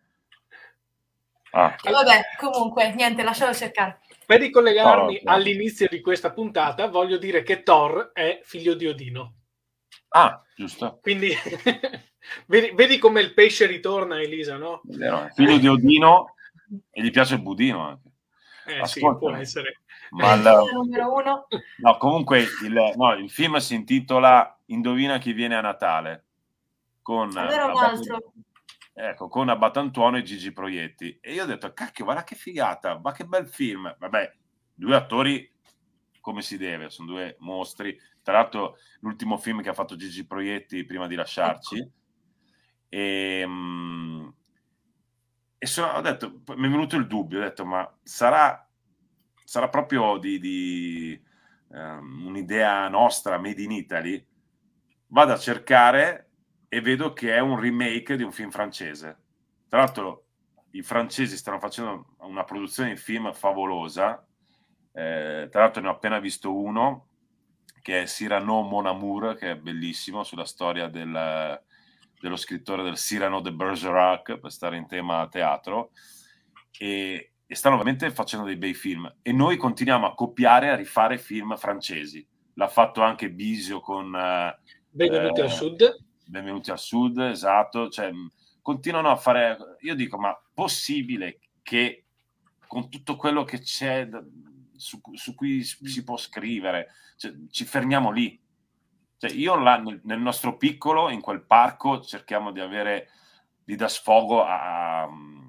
Ah. E vabbè, comunque, niente, lascialo cercare. Per ricollegarmi oh, no. all'inizio di questa puntata, voglio dire che Thor è figlio di Odino. Ah, giusto. Quindi vedi, vedi come il pesce ritorna, Elisa, no? È vero, è figlio di Odino e gli piace il budino anche. Eh Ascolta, sì, può essere. Ma il, numero uno. No, comunque il, no, il film si intitola Indovina chi viene a Natale con, allora un altro. Ecco, con Abbatantuono e Gigi Proietti. E io ho detto, cacchio, guarda che figata, ma che bel film. Vabbè, due attori come si deve, sono due mostri. Tra l'altro l'ultimo film che ha fatto Gigi Proietti prima di lasciarci. E, um, e so, ho detto, mi è venuto il dubbio, ho detto, ma sarà, sarà proprio di, di um, un'idea nostra, made in Italy? Vado a cercare e vedo che è un remake di un film francese. Tra l'altro i francesi stanno facendo una produzione di film favolosa, eh, tra l'altro ne ho appena visto uno che è Cyrano Mon Amour, che è bellissimo, sulla storia del, dello scrittore del Cyrano de Bergerac, per stare in tema teatro, e, e stanno veramente facendo dei bei film, e noi continuiamo a copiare, a rifare film francesi. L'ha fatto anche Bisio con eh, Benvenuti eh, al Sud. Benvenuti al Sud, esatto. Cioè, continuano a fare... Io dico, ma possibile che con tutto quello che c'è su, su cui si può scrivere, cioè, ci fermiamo lì? Cioè, io là, nel, nel nostro piccolo, in quel parco, cerchiamo di avere, di dar sfogo a,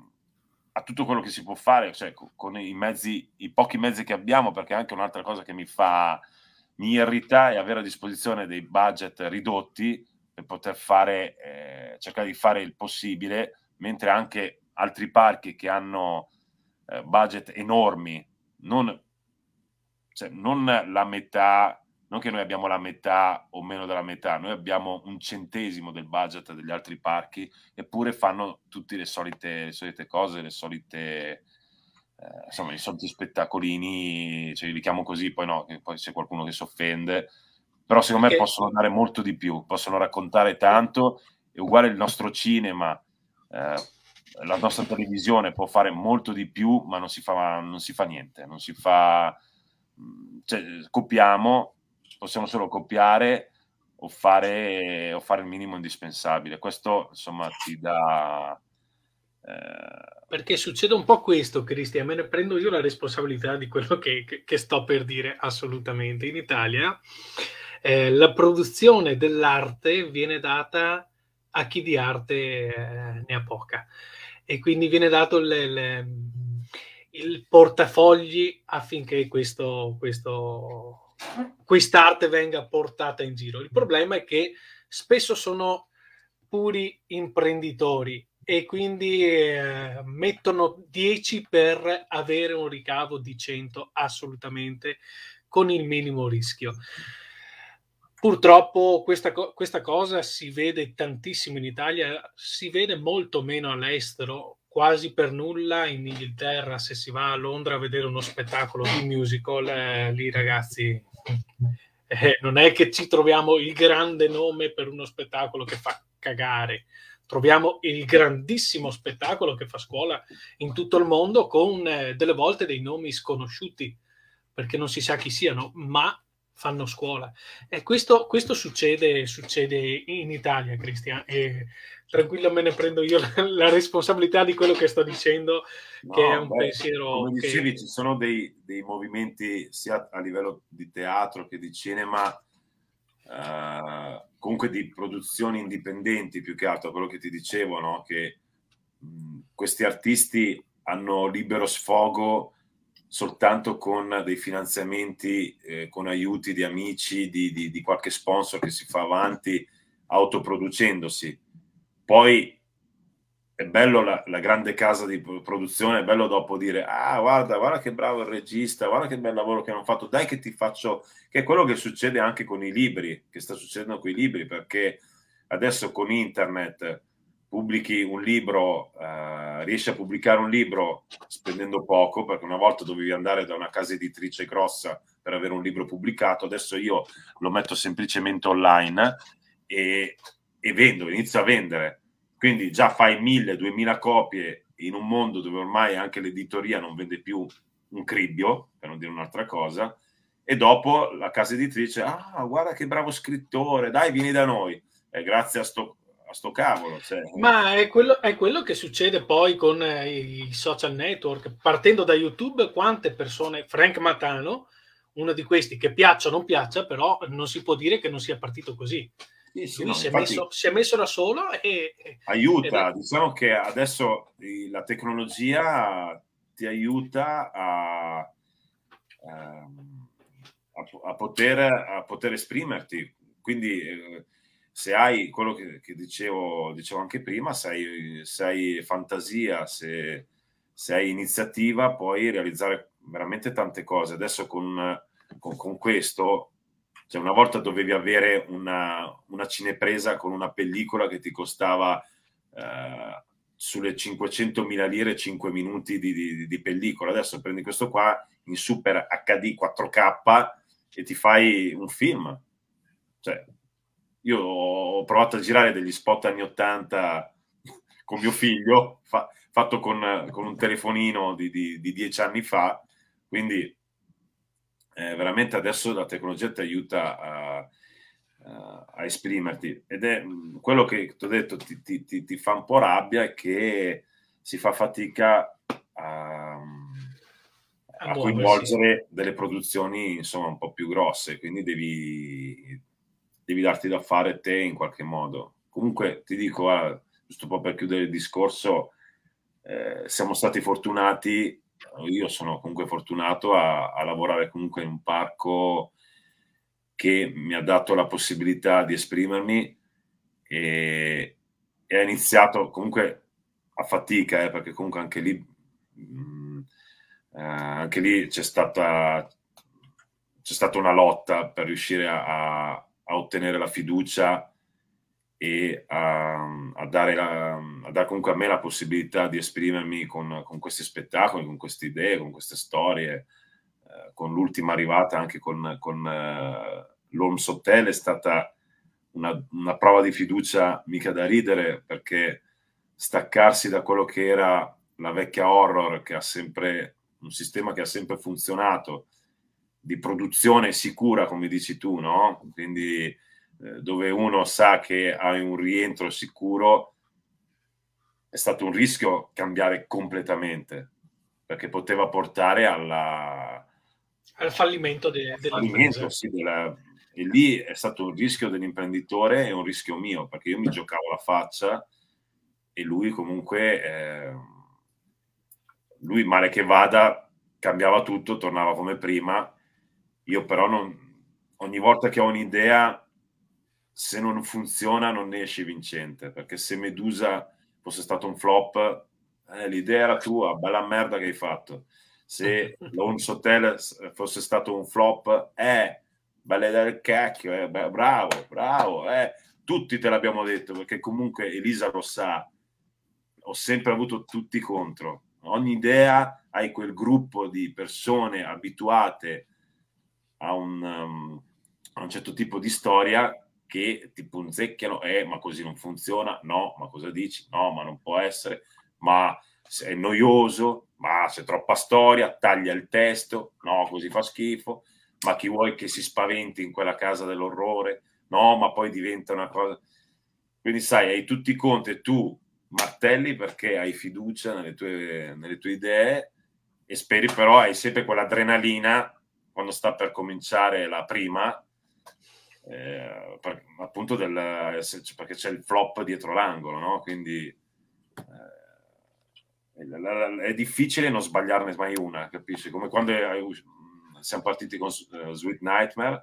a tutto quello che si può fare, cioè, con i mezzi, i pochi mezzi che abbiamo, perché anche un'altra cosa che mi fa, mi irrita è avere a disposizione dei budget ridotti per poter fare, eh, cercare di fare il possibile, mentre anche altri parchi che hanno eh, budget enormi, non, cioè, non la metà, non che noi abbiamo la metà o meno della metà, noi abbiamo un centesimo del budget degli altri parchi, eppure fanno tutte le solite, le solite cose, le solite, eh, insomma, i soliti spettacolini, cioè, li chiamo così, poi no, che poi c'è qualcuno che si offende, però secondo me Che... possono dare molto di più, possono raccontare tanto, e uguale il nostro cinema, eh, la nostra televisione può fare molto di più, ma non si fa, non si fa niente, non si fa, cioè, copiamo, possiamo solo copiare o fare, o fare il minimo indispensabile. Questo insomma ti dà... Eh... Perché succede un po' questo, Cristian, me ne prendo io la responsabilità di quello che, che, che sto per dire assolutamente. In Italia eh, la produzione dell'arte viene data a chi di arte eh, ne ha poca, e quindi viene dato le, le, il portafogli affinché questo, questo, quest'arte venga portata in giro. Il problema è che spesso sono puri imprenditori e quindi eh, mettono dieci per avere un ricavo di cento assolutamente con il minimo rischio. Purtroppo questa, co- questa cosa si vede tantissimo in Italia, si vede molto meno all'estero, quasi per nulla in Inghilterra. Se si va a Londra a vedere uno spettacolo di musical, eh, lì ragazzi, eh, non è che ci troviamo il grande nome per uno spettacolo che fa cagare, troviamo il grandissimo spettacolo che fa scuola in tutto il mondo con eh, delle volte dei nomi sconosciuti, perché non si sa chi siano, ma fanno scuola. E questo, questo succede, succede in Italia, Cristian, e tranquillo, me ne prendo io la, la responsabilità di quello che sto dicendo, No, che è un beh, pensiero come dicevi, che... ci sono dei, dei movimenti sia a livello di teatro che di cinema, eh, comunque di produzioni indipendenti, più che altro quello che ti dicevo, no? Che mh, questi artisti hanno libero sfogo soltanto con dei finanziamenti, eh, con aiuti di amici, di, di, di qualche sponsor che si fa avanti autoproducendosi. Poi è bello la, la grande casa di produzione, è bello dopo dire ah guarda, guarda che bravo il regista, guarda che bel lavoro che hanno fatto, dai che ti faccio, che è quello che succede anche con i libri, che sta succedendo con i libri, perché adesso con internet pubblichi un libro, eh, riesci a pubblicare un libro spendendo poco, perché una volta dovevi andare da una casa editrice grossa per avere un libro pubblicato, adesso io lo metto semplicemente online e, e vendo, inizio a vendere. Quindi già fai mille, duemila copie in un mondo dove ormai anche l'editoria non vende più un cribbio, per non dire un'altra cosa, e dopo la casa editrice, ah, guarda che bravo scrittore, dai, vieni da noi. E grazie a sto, a sto cavolo. Cioè. Ma è quello, è quello che succede poi con eh, i social network. Partendo da YouTube, quante persone, Frank Matano, uno di questi che piaccia o non piaccia, però non si può dire che non sia partito così. Sì, sì, Lui no, si, è infatti, messo, si è messo da solo e... aiuta, ed è... diciamo che adesso la tecnologia ti aiuta a, a, a, poter, a poter esprimerti. Quindi eh, se hai quello che, che dicevo, dicevo anche prima, se hai, se hai fantasia, se, se hai iniziativa, puoi realizzare veramente tante cose. Adesso con, con, con questo... Cioè, una volta dovevi avere una, una cinepresa con una pellicola che ti costava eh, sulle cinquecentomila lire cinque minuti di, di, di pellicola. Adesso prendi questo qua in super acca di quattro K e ti fai un film. Cioè, io ho provato a girare degli spot anni ottanta con mio figlio, fa, fatto con, con un telefonino di, di, di dieci anni fa, quindi Eh, veramente adesso la tecnologia ti aiuta a, a, a esprimerti ed è mh, quello che ti ho detto ti, ti, ti, ti fa un po' rabbia è che si fa fatica a, a coinvolgere delle produzioni insomma un po' più grosse, quindi devi, devi darti da fare te in qualche modo. Comunque ti dico, ah, giusto un po' per chiudere il discorso, eh, siamo stati fortunati. Io sono comunque fortunato a, a lavorare comunque in un parco che mi ha dato la possibilità di esprimermi e, e ha iniziato comunque a fatica, eh, perché comunque anche lì, mh, eh, anche lì c'è stata, c'è stata una lotta per riuscire a, a, a ottenere la fiducia e a, a, dare la, a dare comunque a me la possibilità di esprimermi con, con questi spettacoli, con queste idee, con queste storie, eh, con l'ultima arrivata anche con, con eh, l'Holmes Hotel è stata una, una prova di fiducia mica da ridere, perché staccarsi da quello che era la vecchia horror, che ha sempre un sistema che ha sempre funzionato, di produzione sicura, come dici tu, no? Quindi dove uno sa che hai un rientro sicuro, è stato un rischio cambiare completamente, perché poteva portare alla, al fallimento de, al dell'impresa. Sì, della, e lì è stato un rischio dell'imprenditore e un rischio mio, perché io mi giocavo la faccia e lui comunque, eh, lui male che vada, cambiava tutto, tornava come prima. Io però non, ogni volta che ho un'idea, se non funziona non ne esci vincente, perché se Medusa fosse stato un flop, eh, l'idea era tua, bella merda che hai fatto. Se L'Owns Hotel fosse stato un flop, eh, bella idea del cacchio, eh, beh, bravo, bravo, eh. Tutti te l'abbiamo detto, perché comunque Elisa lo sa, ho sempre avuto tutti contro. Ogni idea hai quel gruppo di persone abituate a un, um, a un certo tipo di storia che ti punzecchiano, eh, ma così non funziona, no, ma cosa dici? No, ma non può essere, ma è noioso, ma c'è troppa storia, taglia il testo, no, così fa schifo, ma chi vuoi che si spaventi in quella casa dell'orrore? No, ma poi diventa una cosa... Quindi sai, hai tutti contro e tu martelli perché hai fiducia nelle tue, nelle tue idee e speri, però hai sempre quell'adrenalina quando sta per cominciare la prima, eh, per, appunto del, perché c'è il flop dietro l'angolo, no? Quindi eh, è difficile non sbagliarne mai una, capisci? Come quando siamo partiti con uh, Sweet Nightmare,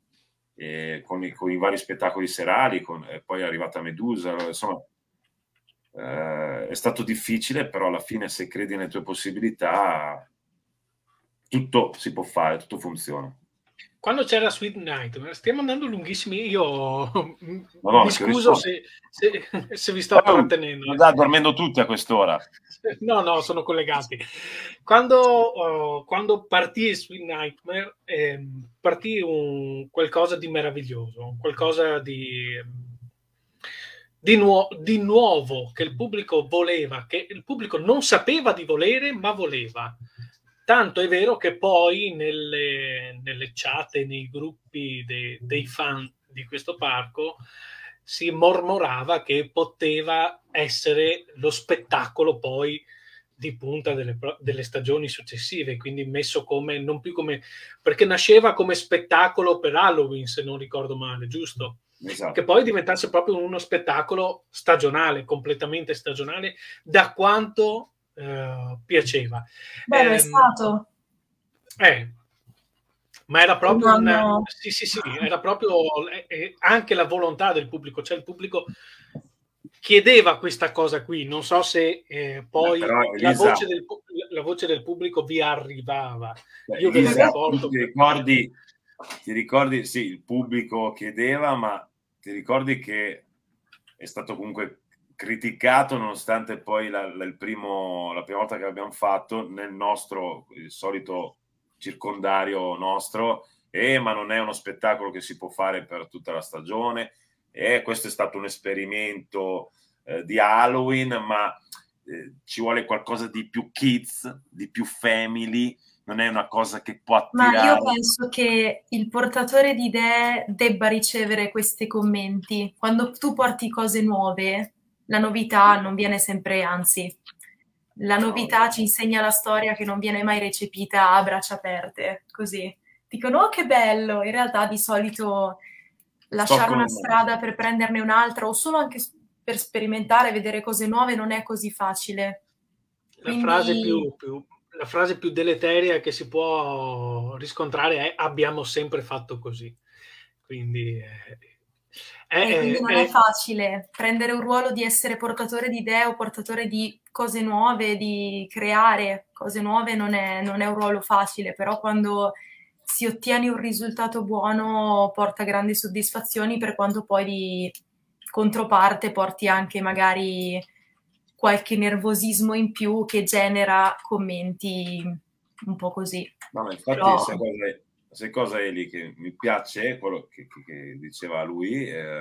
e con, i, con i vari spettacoli serali, con, e poi è arrivata Medusa, insomma eh, è stato difficile, però alla fine se credi nelle tue possibilità tutto si può fare, tutto funziona. Quando c'era Sweet Night, stiamo andando lunghissimi, io no, no, mi scuso se, se, se vi sto trattenendo. Sta dormendo tutti a quest'ora. No, no, sono collegati. Quando, uh, quando partì Sweet Nightmare, eh, partì un, qualcosa di meraviglioso, qualcosa di, di, nuo- di nuovo che il pubblico voleva, che il pubblico non sapeva di volere, ma voleva. Tanto è vero che poi nelle, nelle chat e nei gruppi de, dei fan di questo parco si mormorava che poteva essere lo spettacolo poi di punta delle, delle stagioni successive, quindi messo come, non più come, perché nasceva come spettacolo per Halloween, se non ricordo male, giusto? Esatto. Che poi diventasse proprio uno spettacolo stagionale, completamente stagionale, da quanto Uh, piaceva. Beh, eh, è stato. Eh, ma era proprio una, no. sì, sì, sì, era proprio eh, anche la volontà del pubblico, cioè il pubblico chiedeva questa cosa qui, non so se eh, poi Beh, però, Elisa, la, voce del, la voce del pubblico vi arrivava. Beh, Io Elisa, ricordo, ti ricordi, ti ricordi, sì, il pubblico chiedeva, ma ti ricordi che è stato comunque criticato, nonostante poi la, la, il primo, la prima volta che l'abbiamo fatto nel nostro, il solito circondario nostro, eh, ma non è uno spettacolo che si può fare per tutta la stagione, eh, questo è stato un esperimento eh, di Halloween, ma eh, ci vuole qualcosa di più kids, di più family, non è una cosa che può attirare. Ma io penso che il portatore di idee debba ricevere questi commenti. Quando tu porti cose nuove, la novità non viene sempre, anzi, la novità no, ci insegna la storia che non viene mai recepita a braccia aperte, così. Dicono, oh che bello, in realtà di solito lasciare una strada per prenderne un'altra o solo anche per sperimentare, vedere cose nuove non è così facile. La, Quindi... frase, più, più, la frase più deleteria che si può riscontrare è abbiamo sempre fatto così. Quindi... Eh... E eh, quindi non eh, è facile prendere un ruolo di essere portatore di idee o portatore di cose nuove, di creare cose nuove, non è, non è un ruolo facile, però quando si ottiene un risultato buono porta grandi soddisfazioni, per quanto poi di controparte porti anche magari qualche nervosismo in più che genera commenti un po' così. No, ma infatti però... se cosa... Se cosa è lì che mi piace, quello che, che, che diceva lui, eh,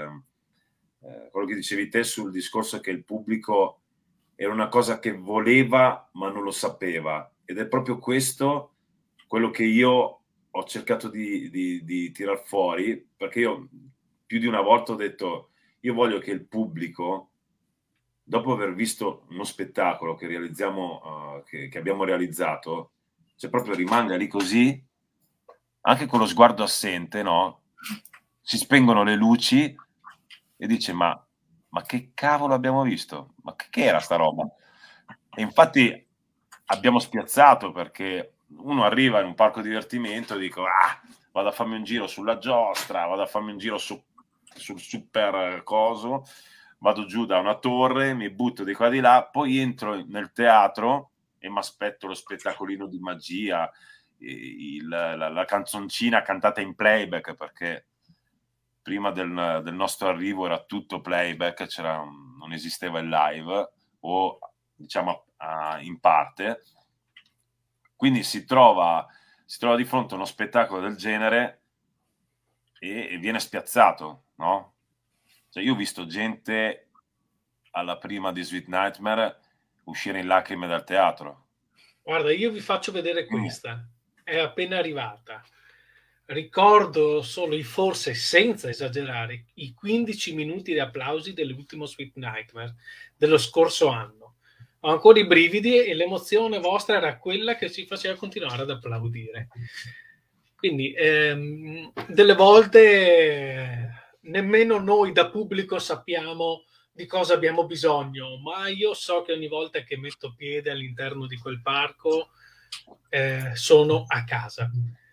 eh, quello che dicevi te sul discorso che il pubblico era una cosa che voleva ma non lo sapeva, ed è proprio questo quello che io ho cercato di, di, di tirar fuori, perché io più di una volta ho detto io voglio che il pubblico, dopo aver visto uno spettacolo che realizziamo, uh, che, che abbiamo realizzato, cioè proprio rimanga lì così, anche con lo sguardo assente, no? Si spengono le luci e dice, ma, ma che cavolo abbiamo visto? Ma che, che era sta roba? E infatti abbiamo spiazzato, perché uno arriva in un parco divertimento e dico, ah, vado a farmi un giro sulla giostra, vado a farmi un giro su, sul super coso, vado giù da una torre, mi butto di qua di là, poi entro nel teatro e mi aspetto lo spettacolino di magia, il, la, la canzoncina cantata in playback, perché prima del, del nostro arrivo era tutto playback, c'era, non esisteva il live, o diciamo uh, in parte. Quindi si trova, si trova di fronte a uno spettacolo del genere e, e viene spiazzato, no? Cioè, io ho visto gente alla prima di Sweet Nightmare uscire in lacrime dal teatro. Guarda, io vi faccio vedere questa, è appena arrivata. Ricordo solo i, forse senza esagerare, i quindici minuti di applausi dell'ultimo Sweet Nightmare dello scorso anno. Ho ancora i brividi e l'emozione vostra era quella che ci faceva continuare ad applaudire. Quindi ehm, delle volte nemmeno noi da pubblico sappiamo di cosa abbiamo bisogno, ma io so che ogni volta che metto piede all'interno di quel parco eh, sono a casa.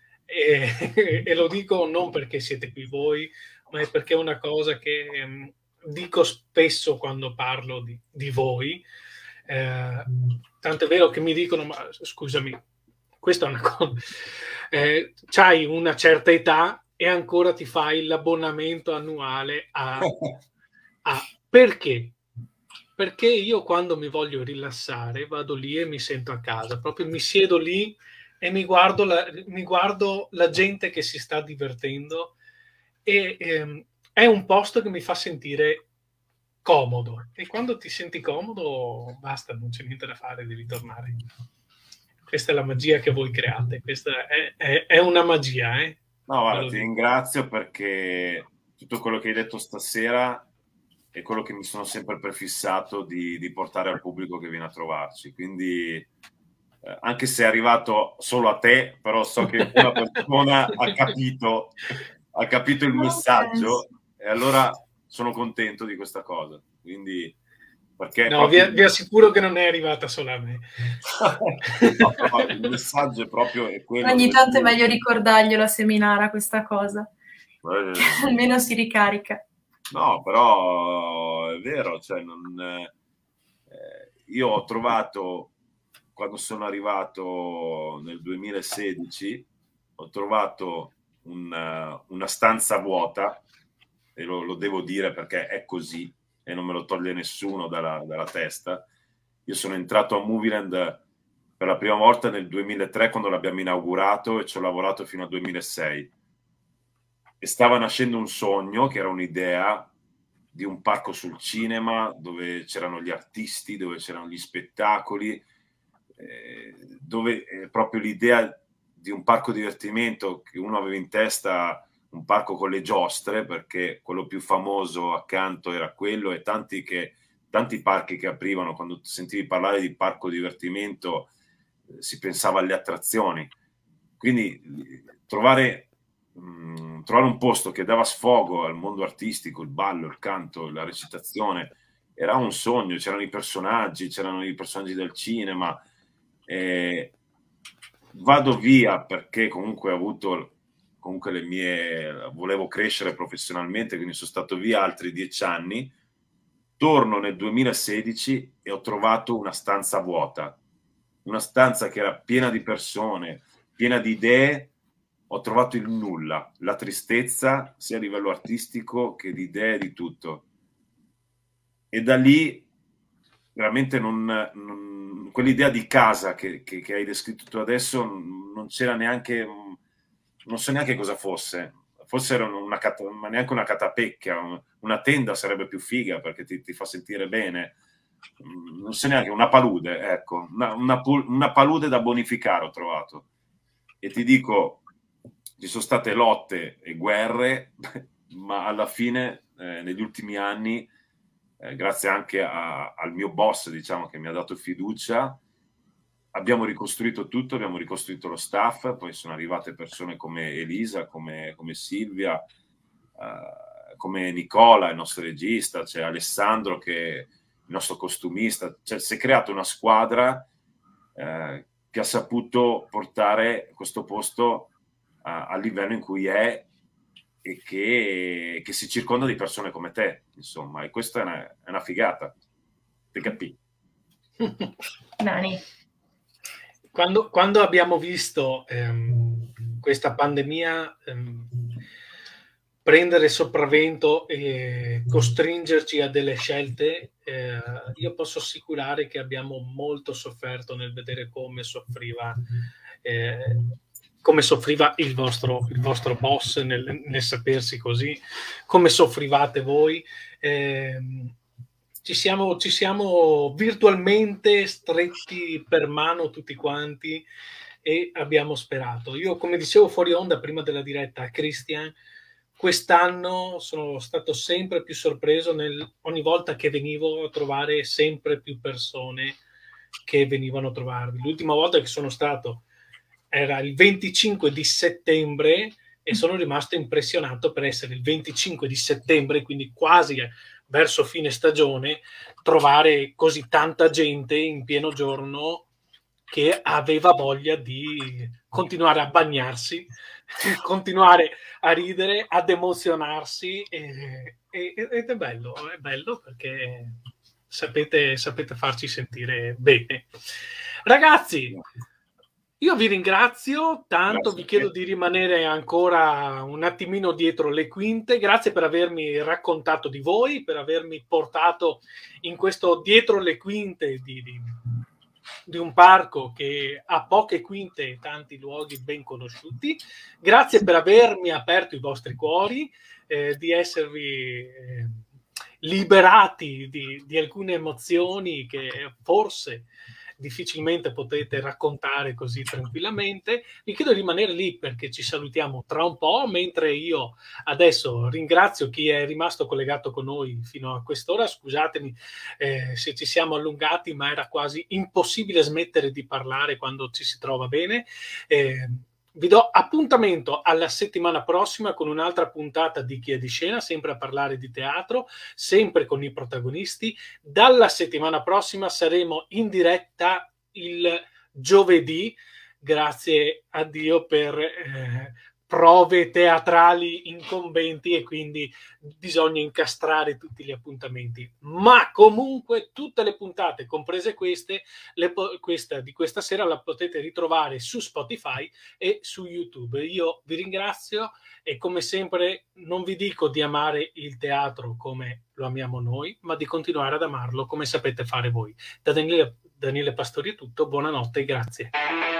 E, e lo dico non perché siete qui voi, ma è perché è una cosa che ehm, dico spesso quando parlo di, di voi. Eh, tanto è vero che mi dicono: ma scusami, questa è una cosa, eh, c'hai una certa età e ancora ti fai l'abbonamento annuale a, a perché? Perché io quando mi voglio rilassare vado lì e mi sento a casa, proprio mi siedo lì e mi guardo la, mi guardo la gente che si sta divertendo e ehm, è un posto che mi fa sentire comodo, e quando ti senti comodo basta, non c'è niente da fare, devi tornare. Questa è la magia che voi create, questa è, è, è una magia, eh? No, guarda, ti ringrazio, perché tutto quello che hai detto stasera è quello che mi sono sempre prefissato di, di portare al pubblico che viene a trovarci, quindi eh, anche se è arrivato solo a te, però so che una persona ha capito ha capito il messaggio, e allora sono contento di questa cosa. Quindi, perché no, proprio... vi, vi assicuro che non è arrivata solo a me. No, no, il messaggio è proprio è quello. Ogni tanto è meglio ricordarglielo a Seminara questa cosa, eh, almeno si ricarica. No, però è vero, cioè non, eh, io ho trovato, quando sono arrivato nel duemilasedici, ho trovato una, una stanza vuota, e lo, lo devo dire perché è così e non me lo toglie nessuno dalla, dalla testa. Io sono entrato a Movieland per la prima volta nel duemilatré, quando l'abbiamo inaugurato, e ci ho lavorato fino al duemilasei. E stava nascendo un sogno, che era un'idea di un parco sul cinema, dove c'erano gli artisti, dove c'erano gli spettacoli, eh, dove eh, proprio l'idea di un parco divertimento, che uno aveva in testa un parco con le giostre, perché quello più famoso accanto era quello, e tanti, che, tanti parchi che aprivano, quando sentivi parlare di parco divertimento eh, si pensava alle attrazioni. Quindi trovare, mh, trovare un posto che dava sfogo al mondo artistico, il ballo, il canto, la recitazione, era un sogno. C'erano i personaggi, c'erano i personaggi del cinema. Eh, vado via perché comunque ho avuto comunque le mie, volevo crescere professionalmente, quindi sono stato via altri dieci anni. Torno nel duemilasedici e ho trovato una stanza vuota, una stanza che era piena di persone, piena di idee. Ho trovato il nulla, la tristezza, sia a livello artistico che di idee, di tutto. E da lì veramente non, non quell'idea di casa che, che, che hai descritto tu adesso non c'era neanche, non so neanche cosa fosse. Forse era una, ma neanche una catapecchia, una tenda sarebbe più figa, perché ti, ti fa sentire bene. Non so neanche, una palude, ecco, una, una, una palude da bonificare ho trovato. E ti dico, ci sono state lotte e guerre, ma alla fine, eh, negli ultimi anni, eh, grazie anche a, al mio boss, diciamo, che mi ha dato fiducia, abbiamo ricostruito tutto, abbiamo ricostruito lo staff, poi sono arrivate persone come Elisa, come, come Silvia, eh, come Nicola, il nostro regista, c'è Alessandro, che è il nostro costumista. Cioè, si è creata una squadra eh, che ha saputo portare questo posto a, al livello in cui è e che, che si circonda di persone come te, insomma, e questa è una, è una figata. Ti capì? Nani. Quando, quando abbiamo visto ehm, questa pandemia ehm, prendere sopravvento e costringerci a delle scelte, eh, io posso assicurare che abbiamo molto sofferto nel vedere come soffriva eh, come soffriva il vostro, il vostro boss nel, nel sapersi così, come soffrivate voi. Eh, ci siamo, ci siamo virtualmente stretti per mano tutti quanti e abbiamo sperato. Io, come dicevo fuori onda prima della diretta a Christian, quest'anno sono stato sempre più sorpreso nel, ogni volta che venivo a trovare sempre più persone che venivano a trovarmi. L'ultima volta che sono stato era il venticinque di settembre e sono rimasto impressionato per essere il venticinque di settembre, quindi quasi verso fine stagione, trovare così tanta gente in pieno giorno che aveva voglia di continuare a bagnarsi, continuare a ridere, ad emozionarsi e, e, ed è bello, è bello perché sapete, sapete farci sentire bene. Ragazzi, io vi ringrazio tanto, grazie. Vi chiedo di rimanere ancora un attimino dietro le quinte. Grazie per avermi raccontato di voi, per avermi portato in questo dietro le quinte di, di, di un parco che ha poche quinte e tanti luoghi ben conosciuti. Grazie per avermi aperto i vostri cuori, eh, di esservi eh, liberati di, di alcune emozioni che forse difficilmente potete raccontare così tranquillamente. Vi chiedo di rimanere lì perché ci salutiamo tra un po', mentre io adesso ringrazio chi è rimasto collegato con noi fino a quest'ora. Scusatemi eh, se ci siamo allungati, ma era quasi impossibile smettere di parlare quando ci si trova bene. Eh, vi do appuntamento alla settimana prossima con un'altra puntata di Chi è di Scena, sempre a parlare di teatro, sempre con i protagonisti. Dalla settimana prossima saremo in diretta il giovedì, grazie a Dio per eh, prove teatrali incombenti e quindi bisogna incastrare tutti gli appuntamenti. Ma comunque tutte le puntate, comprese queste, le po- questa di questa sera, la potete ritrovare su Spotify e su YouTube. Io vi ringrazio e come sempre non vi dico di amare il teatro come lo amiamo noi, ma di continuare ad amarlo come sapete fare voi. Da Daniele, Daniele Pastori è tutto, buonanotte e grazie.